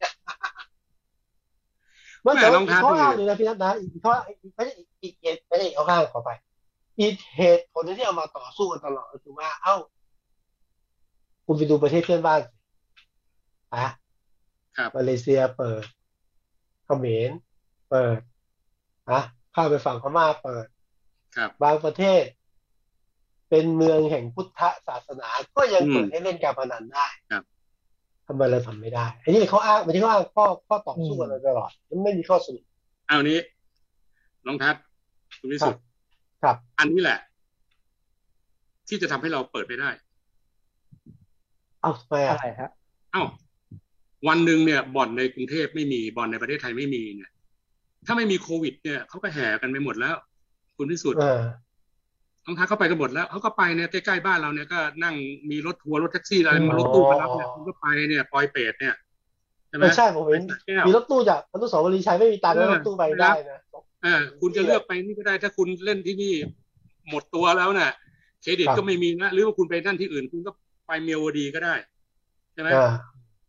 มันแต่ว่าอีกข้ออ้างหนึ่งนะพี่นัทนะอีกข้ออีกไม่ใช่อีกอีกเหตุไม่ใช่อีกข้ออ้างขอไปอีกเหตุผลที่เอามาต่อสู้กันตลอดก็คือว่าเอ้าคุณไปดูประเทศเพื่อนบ้านสิอ่ะครับมาเลเซียเปิดเขมรเปิดอ่ะข้ามไปฝั่งพม่าเปิดครับบางประเทศ เป็นเมืองแห่งพุทธศาสนา ก็ยังเปิดอืมให้เล่นการพนันได้ครับทำไมเราทำไม่ได้ อันนี้เขาอ้างไม่ใช่เขาอ้างข้อข้อต่อสู้กันมาตลอดมันไม่มีข้อสรุปเอานี้น้องทัศน์คุณวิสุทธิ์ครับอันนี้แหละ ที่จะทำให้เราเปิดไม่ได้เอาทำไมอะอ่ะไรฮะเอ้าวันหนึ่งเนี่ยบ่อนในกรุงเทพไม่มีบ่อนในประเทศไทยไม่มีเนี่ย ถ้าไม่มีโควิด เนี่ยเขาก็แห่กันไปหมดแล้ว คุณวิสุทธิ์เออน้องทัศน์เขาไปกันหมดแล้วเขาก็ไปเนี่ยใกล้ๆบ้านเราเนี่ยก็นั่งมีรถทัวร์รถแท็กซี่อะไรมารถตู้มารับเนี่ยคุณก็ไปเนี่ยปอยเปรตเนี่ยใช่ไหมไม่ใช่ผมเห็นแก้วมีรถตู้จากอนุสาวรีย์ชัยไม่มีตังค์แล้วเออรถตู้ไปได้นะอ่าคุณจะเลือกไปนี่ก็ได้ถ้าคุณเล่นที่นี่หมดตัวแล้วน่ะเครดิตครับก็ไม่มีนะหรือว่าคุณไปนั่นที่อื่น คุณก็ไปเมียวดีก็ได้ใช่ไหมอ่า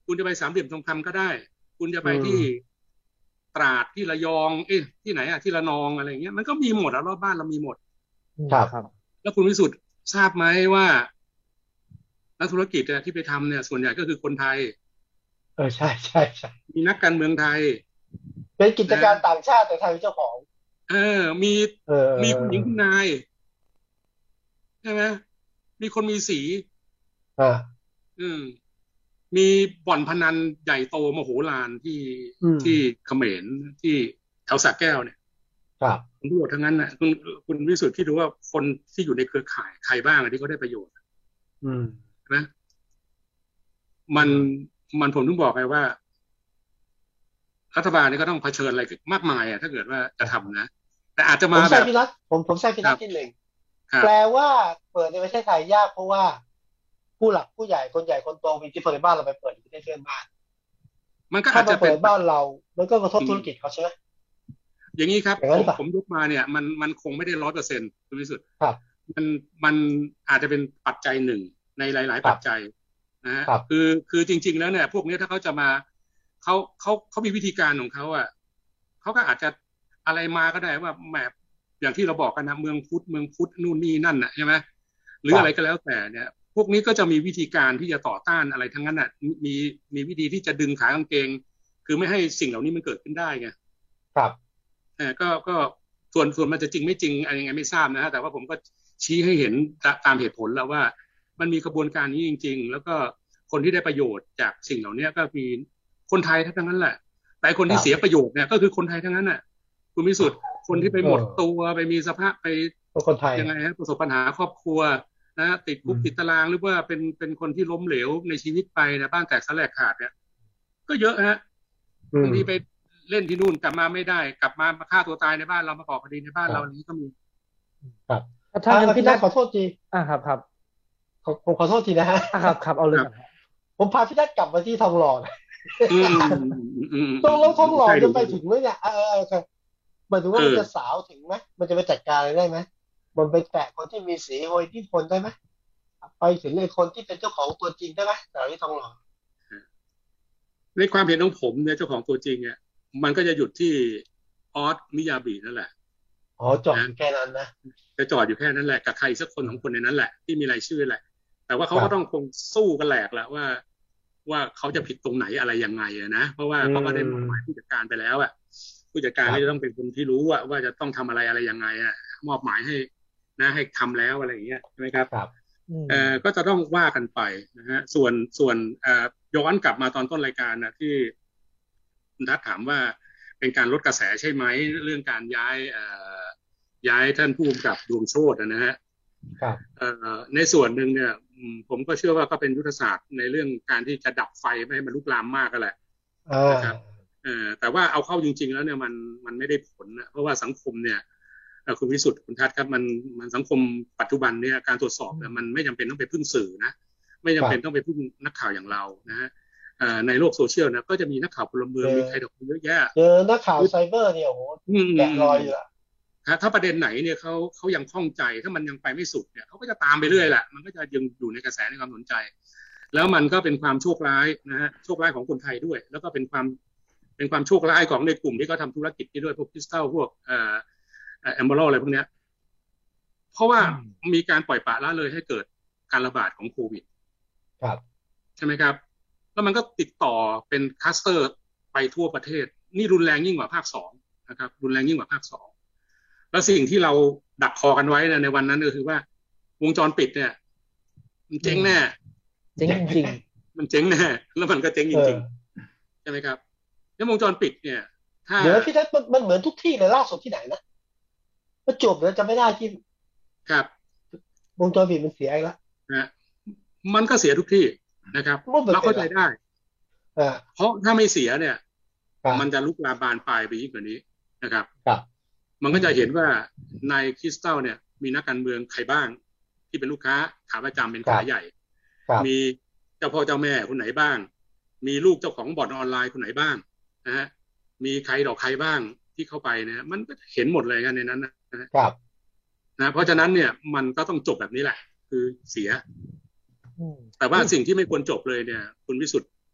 คุณจะไปสามเหลี่ยมทองคำก็ได้คุณจะไปที่ตราดที่ระยองเอ๊ะที่ไหนอะที่ระนองอะไรเงี้ยมันก็มีหมดอะรอบบ้านเรามีหมดครับแล้วคุณวิสุทธิ์ทราบไหมว่านักธุรกิจที่ไปทำเนี่ยส่วนใหญ่ก็คือคนไทยเออใช่ใช่ใช่มีนักการเมืองไทยเป็นกิจการต่างชาติแต่ไทยเป็นเจ้าของเออมีมีคุณหญิงคุณนายใช่ไหมมีคนมีสีอ่าอืมมีบ่อนพนันใหญ่โตมโหฬารที่ที่เขมรที่แถวสระแก้วเนี่ยครับผลประโยชน์ทั้งนั้นนะคุณคุณวิสุทธิ์ที่ดูว่าคนที่อยู่ในเครือข่ายใครบ้างที่เขาได้ประโยชน์อืมนะมันมันผมถึงบอกไงว่ารัฐบาลนี่ก็ต้องเผชิญอะไรมากมายอ่ะถ้าเกิดว่าจะทำนะแต่อาจจะมาแบบผมใช่พี่รัฐผมผมใช่พี่รัฐที่หนึ่งแปลว่าเปิดในประเทศไทยยากเพราะว่าผู้หลักผู้ใหญ่คนใหญ่คนโตมีที่เปิดบ้านเราไปเปิดประเทศเพื่อนบ้านมันก็อาจจะเปิดบ้านเรามันก็กระทบธุรกิจเขาใช่ไหมอย่างนี้ครับผมผมยกมาเนี่ยมันมันคงไม่ได้ร้อยเปอร์เซ็นต์คุณวิสุทธิ์ครับมันมันอาจจะเป็นปัจจัยหนึ่งในหลายๆปัจจัยนะฮะคือคือจริงๆแล้วเนี่ยพวกนี้ถ้าเขาจะมาเขาเขาเขามีวิธีการของเขาอ่ะเขาก็อาจจะอะไรมาก็ได้ว่าแหมอย่างที่เราบอกกันนะเมืองพุทธเมืองพุทธนู่นนี่นั่นน่ะใช่ไหมหรืออะไรก็แล้วแต่เนี่ยพวกนี้ก็จะมีวิธีการที่จะต่อต้านอะไรทั้งนั้นน่ะมีมีวิธีที่จะดึงขากางเกงคือไม่ให้สิ่งเหล่านี้มันเกิดขึ้นได้ไงครับเออก็ก็ส่วนส่วนมันจะจริงไม่จริงอะไรยังไงไม่ทราบนะฮะแต่ว่าผมก็ชี้ให้เห็นตามเหตุผลแล้วว่ามันมีกระบวนการนี้จริงๆแล้วก็คนที่ได้ประโยชน์จากสิ่งเหล่านี้ก็มีคนไทยทั้งนั้นแหละแต่คนที่เสียประโยชน์เนี่ยก็คือคนไทยทั้งนั้นน่ะคุณวิสุทธิ์คนที่ไปหมดตัวไปมีสภาพไปคนไทยยังไงฮะประสบปัญหาครอบครัวนะติดคุกติดตารางหรือว่าเป็นเป็นคนที่ล้มเหลวในชีวิตไปนะบ้านแตกสลายขาดเนี่ยก็เยอะฮะบางทีไปเล่นที่นู่นกลับมาไม่ได้กลับมามาฆ่าตัวตายในบ้านเรามาก่อคดีในบ้านเราอันนี้ก็มีครับถ้าพี่นัทขอโทษทีอ่าครับครับผมขอโทษทีนะฮะครับครับเอาเลยผมพาพี่นัทกลับมาที่ทองหล่อตรงแล้วทองหล่อจะไปถึงไหมเนี่ยเออครับหมายถึงว่ามันจะสาวถึงไหมมันจะไปจัดการอะไรได้ไหมมันไปแตะคนที่มีสีโอยที่พลได้ไหมไปถึงในคนที่เป็นเจ้าของตัวจริงได้ไหมแต่ที่ทองหล่อในความเห็นของผมเนี่ยเจ้าของตัวจริงเนี่ยมันก็จะหยุดที่ออสมิยาบินั่นแหละอ๋อจอดแค่นั้นนะจะจอดอยู่แค่นั้นแหละกับใครสักคนของคนในนั้นแหละที่มีรายชื่อแหละแต่ว่าเขาก็ต้องคงสู้กันแหลกแหละว่าว่าเขาจะผิดตรงไหนอะไรยังไงนะเพราะว่าเขาก็ได้มอบหมายผู้จัดการไปแล้วอ่ะผู้จัดการก็จะต้องเป็นคนที่รู้ว่าว่าจะต้องทำอะไรอะไรยังไงอ่ะมอบหมายให้นะให้ทำแล้วอะไรอย่างเงี้ยใช่ไหมครับครับเอ่อก็จะต้องว่ากันไปนะฮะส่วนส่วนเอ่อย้อนกลับมาตอนต้นรายการนะที่คุณทัศน์ถามว่าเป็นการลดกระแสใช่ไหมเรื่องการย้ายเอ่อย้ายท่านผู้กำกับดวงโชตินะฮะครับเอ่อในส่วนหนึ่งเนี่ยผมก็เชื่อว่าก็เป็นยุทธศาสตร์ในเรื่องการที่จะดับไฟไม่ให้มันลุกลามมากก็แหละนะครับเอ่อแต่ว่าเอาเข้าจริงๆแล้วเนี่ยมันมันไม่ได้ผลนะเพราะว่าสังคมเนี่ยคุณวิสุทธิ์คุณทัศน์ครับมันมันสังคมปัจจุบันเนี่ยการตรวจสอบเนี่ยมันไม่จำเป็นต้องไปพึ่งสื่อนะไม่จำเป็นต้องไปพึ่งนักข่าวอย่างเรานะฮะในโลกโซเชียลนะก็จะมีนักข่าวพลเมืองมีใครดอกเยอะแยะเจอนักข่าวไซเบอร์เนี่ยโอ้โหแกะรอยอยู่ละถ้าประเด็นไหนเนี่ยเขาเขายังข้องใจถ้ามันยังไปไม่สุดเนี่ยเขาก็จะตามไปเรื่อยแหละมันก็จะยังอยู่ในกระแสในความสนใจแล้วมันก็เป็นความโชคร้ายนะฮะโชคร้ายของคนไทยด้วยแล้วก็เป็นความเป็นความโชคร้ายของในกลุ่มที่เขาทำธุรกิจที่ด้วยพวกคริสตัลพวกเอ่อแอมเบอร์อะไรพวกนี้เพราะว่ามีการปล่อยปละละเลยให้เกิดการระบาดของโควิดครับใช่ไหมครับแล้วมันก็ติดต่อเป็นคลัสเตอร์ไปทั่วประเทศนี่รุนแรงยิ่งกว่าภาคสองนะครับรุนแรงยิ่งกว่าภาคสองแล้วสิ่งที่เราดักคอกันไว้ในวันนั้นก็คือว่าวงจรปิดเนี่ยมันเจ๊งแน่เจ๊งจริงมันเจ๊งแน่แล้วมันก็เจ๊งจริงๆใช่ไหมครับแล้ววงจรปิดเนี่ยถ้าเดี๋ยวพี่ทัศน์มันเหมือนทุกที่เลยล่าสุดที่ไหนนะประจวบแล้วจะไม่ได้ที่ครับวงจรปิดมันเสียแล้วนะมันก็เสียทุกที่นะครับเราเข้าใจได้เพราะถ้าไม่เสียเนี่ยมันจะลุกลามบานปลายไปยิ่งกว่านี้นะครับมันก็จะเห็นว่าในคริสตัลเนี่ยมีนักการเมืองใครบ้างที่เป็นลูกค้าขาประจำเป็นขาใหญ่มีเจ้าพ่อเจ้าแม่คนไหนบ้างมีลูกเจ้าของบ่อนออนไลน์คนไหนบ้างนะฮะมีใครดอกใครบ้างที่เข้าไปเนี่ยมันก็เห็นหมดเลยกันในนั้นนะครับนะเพราะฉะนั้นเนี่ยมันก็ต้องจบแบบนี้แหละคือเสียแต่ว่าสิ่งที่ไม่ควรจบเลยเนี่ยคุณวิสุทธิ์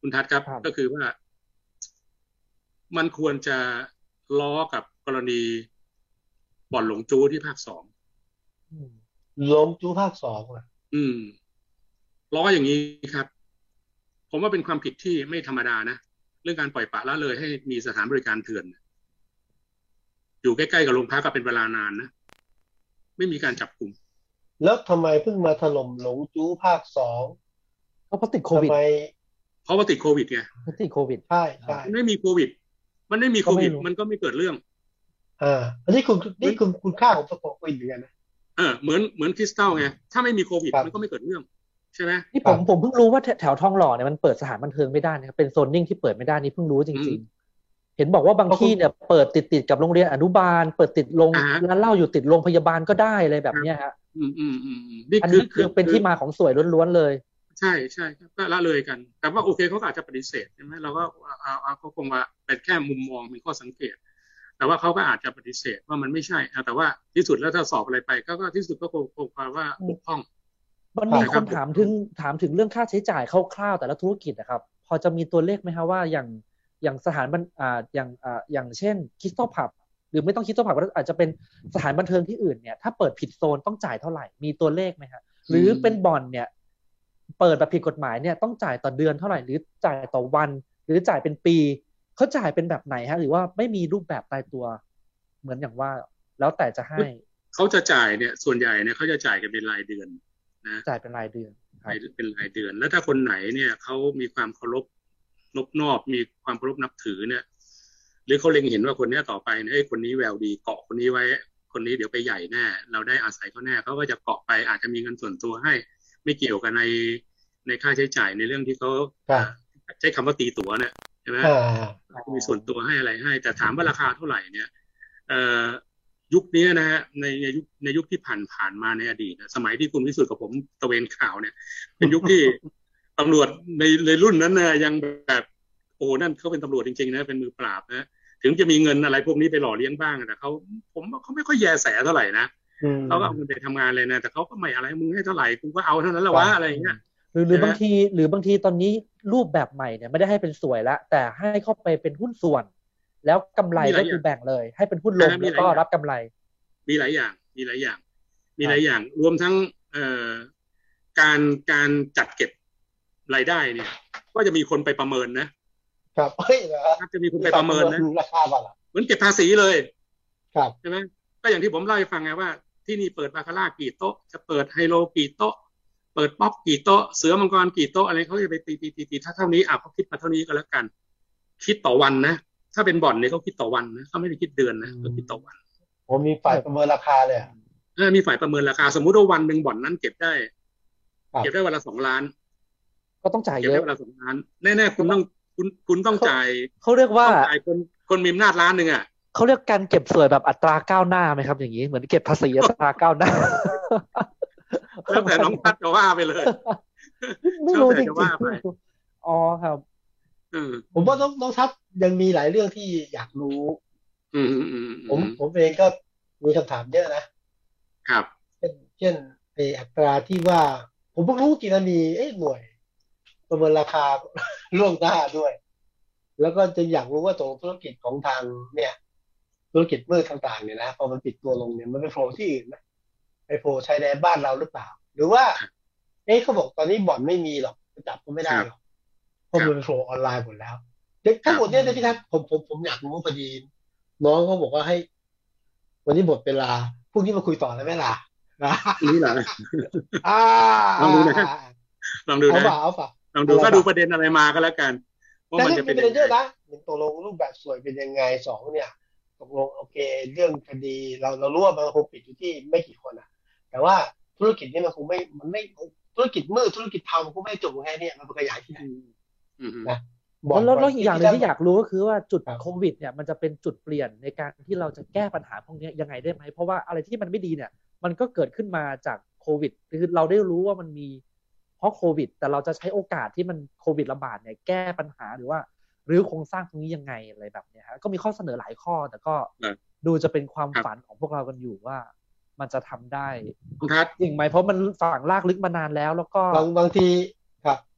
คุณทัศน์ครับก็คือว่ามันควรจะล้อกับกรณีบ่อนหลงจู้ที่ภาคสองหลงจู้ภาคสองอ่ะอืมล้ออย่างนี้ครับผมว่าเป็นความผิดที่ไม่ธรรมดานะเรื่องการปล่อยปละละเลยให้มีสถานบริการเถื่อนอยู่ใกล้ๆกับโรงพักก็เป็นเวลานานนะไม่มีการจับกุมแล้วทำไมเพิ่งมาถล่มหลงจู้ภาคสองเพราะติดโควิดเพราะว่าติดโควิดไงติดโควิดใช่ใช่ไม่มีโควิดมันไม่มีโควิดมันก็ไม่เกิดเรื่องอ่าอันนี้คุณนี่คุณคุณค่าของโควิดเหมือนกันนะเออเหมือนเหมือนคริสตัลไงถ้าไม่มีโควิดมันก็ไม่เกิดเรื่องใช่ไหมนี่ผมผมเพิ่งรู้ว่าแถวทองหล่อเนี่ยมันเปิดสถานบันเทิงไม่ได้นะครับเป็นโซนนิ่งที่เปิดไม่ได้นี่เพิ่งรู้จริงๆเห็นบอกว่าบางที่เนี่ยเปิดติดติดกับโรงเรียนอนุบาลเปิดติดโรงร้านเหล้าอยู่ติดโรงพยาบาลก็ได้เลยแบบเนี้ยฮะอืมอืมอืมอันนี้คือเป็นที่มาของสวยล้วนๆเลยใช่ใช่ครับก็ละเลยกันแต่ว่าโอเคเขาอาจจะปฏิเสธใช่ไหมเราก็เอาเอาเขาคงว่าเป็นแค่มุมมองเป็นข้อสังเกตแต่ว่าเขาก็อาจจะปฏิเสธว่ามันไม่ใช่แต่ว่าที่สุดแล้วถ้าสอบอะไรไปก็ที่สุดก็คงคงว่าบกพร่องมันมีคนถามถึงถามถึงเรื่องค่าใช้จ่ายคร่าวๆแต่ละธุรกิจนะครับพอจะมีตัวเลขไหมครับว่าอย่างอย่างสถานบันอ่าอย่างอ่าอย่างเช่นคริสตัลผับหรือไม่ต้องคริสตัลผับก็อาจจะเป็นสถานบันเทิงที่อื่นเนี่ยถ้าเปิดผิดโซนต้องจ่ายเท่าไหร่มีตัวเลขไหมครับหรือเป็นบ่อนเนี่ยเปิดแบบผิดกฎหมายเนี่ยต้องจ่ายต่อเดือนเท่าไหร่หรือจ่ายต่อวันหรือจ่ายเป็นปีเขาจ่ายเป็นแบบไหนฮะหรือว่าไม่มีรูปแบบตายตัวเหมือนอย่างว่าแล้วแต่จะให้เขาจะจ่ายเนี่ยส่วนใหญ่เนี่ยเขาจะจ่ายกันเป็นรายเดือนนะจ่ายเป็นรายเดือนเป็นรายเดือนแล้วถ้าคนไหนเนี่ยเขามีความเคารพนบนอบมีความเคารพนับถือเนี่ยหรือเขาเล็งเห็นว่าคนนี้ต่อไปเนี่ยไอ้คนนี้แววดีเกาะคนนี้ไว้คนนี้เดี๋ยวไปใหญ่แน่เราได้อาศัยเขาแน่เขาก็จะเกาะไปอาจจะมีเงินส่วนตัวให้ไม่เกี่ยวกันในในค่าใช้จ่ายในเรื่องที่เขาใช้คำว่าตีตั๋วเนี่ยใช่ไหมมีส่วนตัวให้อะไรให้แต่ถามว่าราคาเท่าไหร่เนี่ยยุคนี้นะฮะในในยุคในยุคที่ผ่านผ่านมาในอดีตสมัยที่คุณวิสุทธิ์กับผมตะเวนข่าวเนี่ยเป็นยุคที่ตำรวจในในรุ่นนั้นนะยังแบบโอ้นั่นเขาเป็นตำรวจจริงๆนะเป็นมือปราบนะถึงจะมีเงินอะไรพวกนี้ไปหล่อเลี้ยงบ้างแต่เขาผมเขาไม่ค่อยแยแสเท่าไหร่นะเขาก็เอาเงินไปทำงานเลยนะแต่เขาก็ไม่อะไรมึงให้เท่าไหร่กูก็เอาเท่านั้นแหละวะอะไรอย่างเงี้ยหรือหรือบางทีหรือบางทีตอนนี้รูปแบบใหม่เนี่ยไม่ได้ให้เป็นสวยละแต่ให้เข้าไปเป็นหุ้นส่วนแล้วกำไรก็คือแบ่งเลยให้เป็นหุ้นลงแล้วก็รับกำไรมีหลายอย่างมีหลายอย่างมีหลายอย่างรวมทั้งเอ่อการการจัดเก็บรายได้เนี่ยก็จะมีคนไปประเมินนะครับเฮ้ยนะครับจะมีคนไปประเมินนะราคาบ่ล่ะเหมือนเก็บภาษีเลยครับใช่ไหมก็อย่างที่ผมเล่าให้ฟังไงว่าที่นี่เปิดบาคาร่ากี่โต๊ะจะเปิดไฮโลกี่โต๊ะเปิดป๊อปกี่โต๊ะเสือมังกรกี่โต๊ะอะไรเขาจะไปตีตีตีตีถ้าเท่านี้อ่ะเขาคิดมาเท่านี้ก็แล้วกันคิดต่อวันนะถ้าเป็นบ่อนเนี่ยเขาคิดต่อวันนะเขาไม่ได้คิดเดือนนะเขาคิดต่อวันผมมีฝ่ายประเมินราคาเลยเออมีฝ่ายประเมินราคาสมมุติว่าวันหนึ่งบ่อนนั้นเก็บได้เก็บได้วันละสองล้านก็ต้องจ่ายเยอะเก็บได้วันละสองล้านแน่ๆคุณต้องคุณคุณต้องจ่ายเขาเรียกว่าจ่ายคนคนมีอำนาจล้านหนึ่งอ่ะเขาเรียกการเก็บสวยแบบอัตราก้าวหน้าไหมครับอย่างนี้เหมือนเก็บภาษีอัตราก้าวหน้าแล้วแต่น้องพัดจะว่าไปเลยไม่รู้จริงๆอ๋อครับผมว่าน้องน้องทัศน์ยังมีหลายเรื่องที่อยากรู้ผมผมเองก็มีคำถามเยอะนะครับเช่นเช่นไอ้อัตราที่ว่าผมเพิ่งรู้จริงๆมีเอ้หน่วยประเมินราคาล่วงหน้าด้วย แล้วก็จะอยากรู้ว่าตัวธุรกิจของทางเนี่ยธุรกิจมืดต่างๆเนี่ยนะพอมันปิดตัวลงเนี่ยมันไปโผล่ที่อื่นไหมไปโผล่ชายแดนบ้านเราหรือเปล่าหรือว่าเอ๊ะเขาบอกตอนนี้บ่อนไม่มีหรอกจับก็ไม่ได้หรอกเพราะมันไปโผล่ออนไลน์หมดแล้วเด็กทั้งหมดเนี่ยนะพี่ครับผมผมผมอยากรู้พอดีน้องเขาบอกว่าให้วันนี้หมดเวลาพรุ่งนี้มาคุยต่อแล้วไหมล่ะนี่แหละอ่าลองดูนะลองดูนะเอาป่ะลองดูก็ดูประเด็นอะไรมาก็แล้วกันว่ามันจะเป็นยังไงนะตกลงรูปแบบสวยเป็นยังไงสองเนี่ยตกลงโอเคเรื่องคดีเราเรารู้ว่ามันคงปิดอยู่ที่ไม่กี่คนอ่ะแต่ว่าธุรกิจนี้มันคงไม่มันไม่ธุรกิจมืดธุรกิจเทามันคงไม่จบแค่นี้มันขยายที่ไหนนะแล้วแล้วอีกอย่างนึงที่อยากรู้ก็คือว่าจุดโควิดเนี่ยมันจะเป็นจุดเปลี่ยนในการที่เราจะแก้ปัญหาพวกนี้ยังไงได้ไหมเพราะว่าอะไรที่มันไม่ดีเนี่ยมันก็เกิดขึ้นมาจากโควิดคือเราได้รู้ว่ามันมีเพราะโควิดแต่เราจะใช้โอกาสที่มันโควิดระบาดเนี่ยแก้ปัญหาหรือว่าหรือโครงสร้างตรงนี้ยังไงอะไรแบบนี้ฮะก็มีข้อเสนอหลายข้อแต่ก็ดูจะเป็นความฝันของพวกเรากันอยู่ว่ามันจะทำได้จริงไหมเพราะมันฝังลากลึกมานานแล้วแล้วก็บางบางทีครับ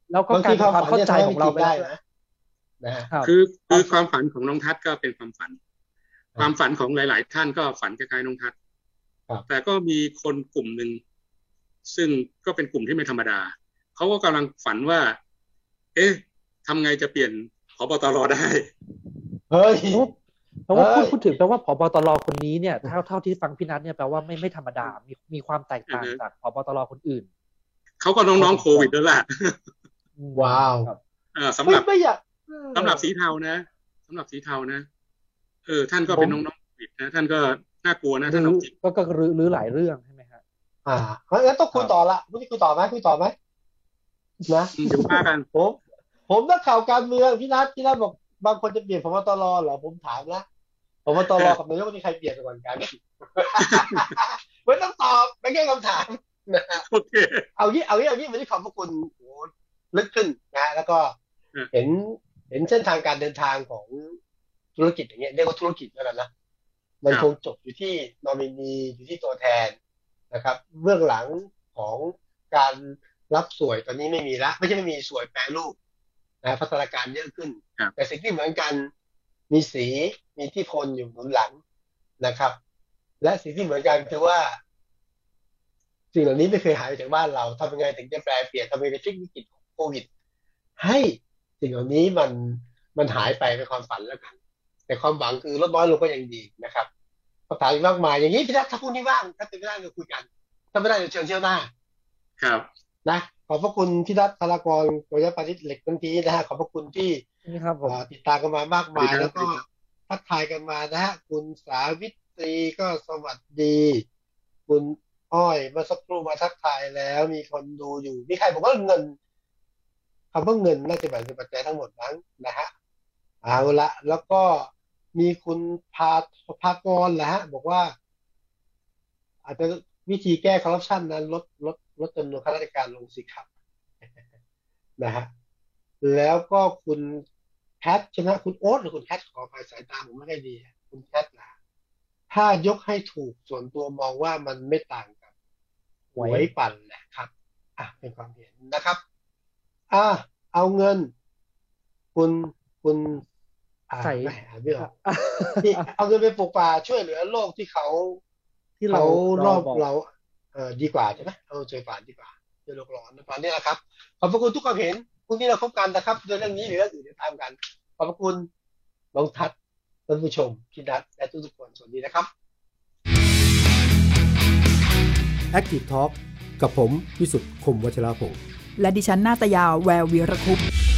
แล้วก็การความเข้าใจของเราไปได้นะนะฮะคือคือความฝันของน้องทัศน์ก็เป็นความฝันความฝันของหลายๆท่านก็ฝันคล้ายๆน้องทัศน์แต่ก็มีคนกลุ่มหนึ่งซึ่งก็เป็นกลุ่มที่ไม่ธรรมดาเขาก็กำลังฝันว่าเอ๊ะทำไงจะเปลี่ยนผบตรได้เฮ้ยเพราะว่าพูดพูดถึงแปลว่าผบตรคนนี้เนี่ยเท่าเท่าที่ฟังพี่นัทเนี่ยแปลว่าไม่ไม่ธรรมดามีมีความแตกต่างจากผบตรคนอื่นเขาก็น้องๆโควิดด้วยแหละว้าวสำหรับสำหรับสีเทานะสำหรับสีเทานะเออท่านก็เป็นน้องๆโควิดนะท่านก็น่ากลัวนะท่านก็ก็รื้อรื้อหลายเรื่องใช่ไหมครับอ่างั้นต้องคุยต่อละคุณคุยต่อไหมคุยต่อไหมนะเดี๋ยวว่ากันผมผมนักข่าวการเมืองพี่นัทพี่นัทบอกบางคนจะเปลี่ยนผบตรเหรอผมถามนะผบตรกับนายกนี่ใครเปลี่ยนก่อนกันไม่ต้องตอบไม่แค่คำถามนะโอเคเอางี้เอางี้เอางี้วันนี้ขอบพระคุณโอ้ลึกขึ้นนะแล้วก็เห็นเห็นเส้นทางการเดินทางของธุรกิจอย่างเงี้ยเรียกว่าธุรกิจแล้วกันนะมันคงจบอยู่ที่นอมินีอยู่ที่ตัวแทนนะครับเบื้องหลังของการรับสวยตอนนี้ไม่มีละไม่ใช่ไม่มีสวยแปรรูปนะพัฒนาการเยอะขึ้นแต่สิ่งที่เหมือนกันมีสีมีที่พลอยู่หนุนหลังนะครับและสิ่งที่เหมือนกันคือว่าสิ่งเหล่านี้ไม่เคยหายไปจากบ้านเราทำยังไงถึงจะแปลเปลี่ยนทำยังไงจะพลิกวิกฤตโควิดให้สิ่งเหล่านี้มันมันหายไปเป็นความฝันแล้วกันแต่ความหวังคือลดน้อยลงก็ยังดีนะครับคำถามอีกมากมายอย่างนี้พี่นัทถ้าพูดนี่ว่างถ้าเป็นไม่ได้เราคุยกันถ้าไม่ได้เราเชิญเที่ยวหน้าครับนะขอบพระคุณพี่นัทธารากรโดยเฉพาะปาริศเหล็กทั้งทีนะฮะขอบพระคุณที่ติดตามกันมามากมายแล้วก็ทักทายกันมานะฮะคุณสาวิตรีก็สวัสดีคุณอ้อยเมื่อสักครู่มาทักทายแล้วมีคนดูอยู่มีใครบอกว่าเงินคำว่าเงินน่าจะหมายถึงปัจจัยทั้งหมดนั้นนะฮะเอาละแล้วก็มีคุณพาภากรแหละฮะบอกว่าอาจจะวิธีแก้คอร์รัปชันนั้นลดลดลดจำนวนข้าราชการลงสิครับนะฮะแล้วก็คุณแพทใช่ไหมคุณโอ๊ตหรือคุณแพทขอไปสายตาผมไม่ค่อยดีคุณแพทนะถ้ายกให้ถูกส่วนตัวมองว่ามันไม่ต่างกับหวยปั่นแหละครับอ่ะเป็นความเห็นนะครับอ่ะเอาเงินคุณคุณใส่ไม่ออกที่เอาเงินไปปลูกป่าช่วยเหลือโลกที่เขาที่เรารอบเราเออดีกว่าใช่ไหมเอาใจป่านดีกว่าเรื่องโลกร้อนตอนนี้นะครับขอบคุณทุกความเห็นพรุ่งนี้เราพบกันนะครับโดยเรื่องนี้หรือเรื่องอื่นเดี๋ยวตามกันขอบคุณน้องทัศน์ท่านผู้ชมพี่นัทและทุกๆคนสวัสดีนะครับ Active Talk กับผมวิสุทธิ์คมวัชรพงษ์และดิฉันนาตยาแวววีรคุปต์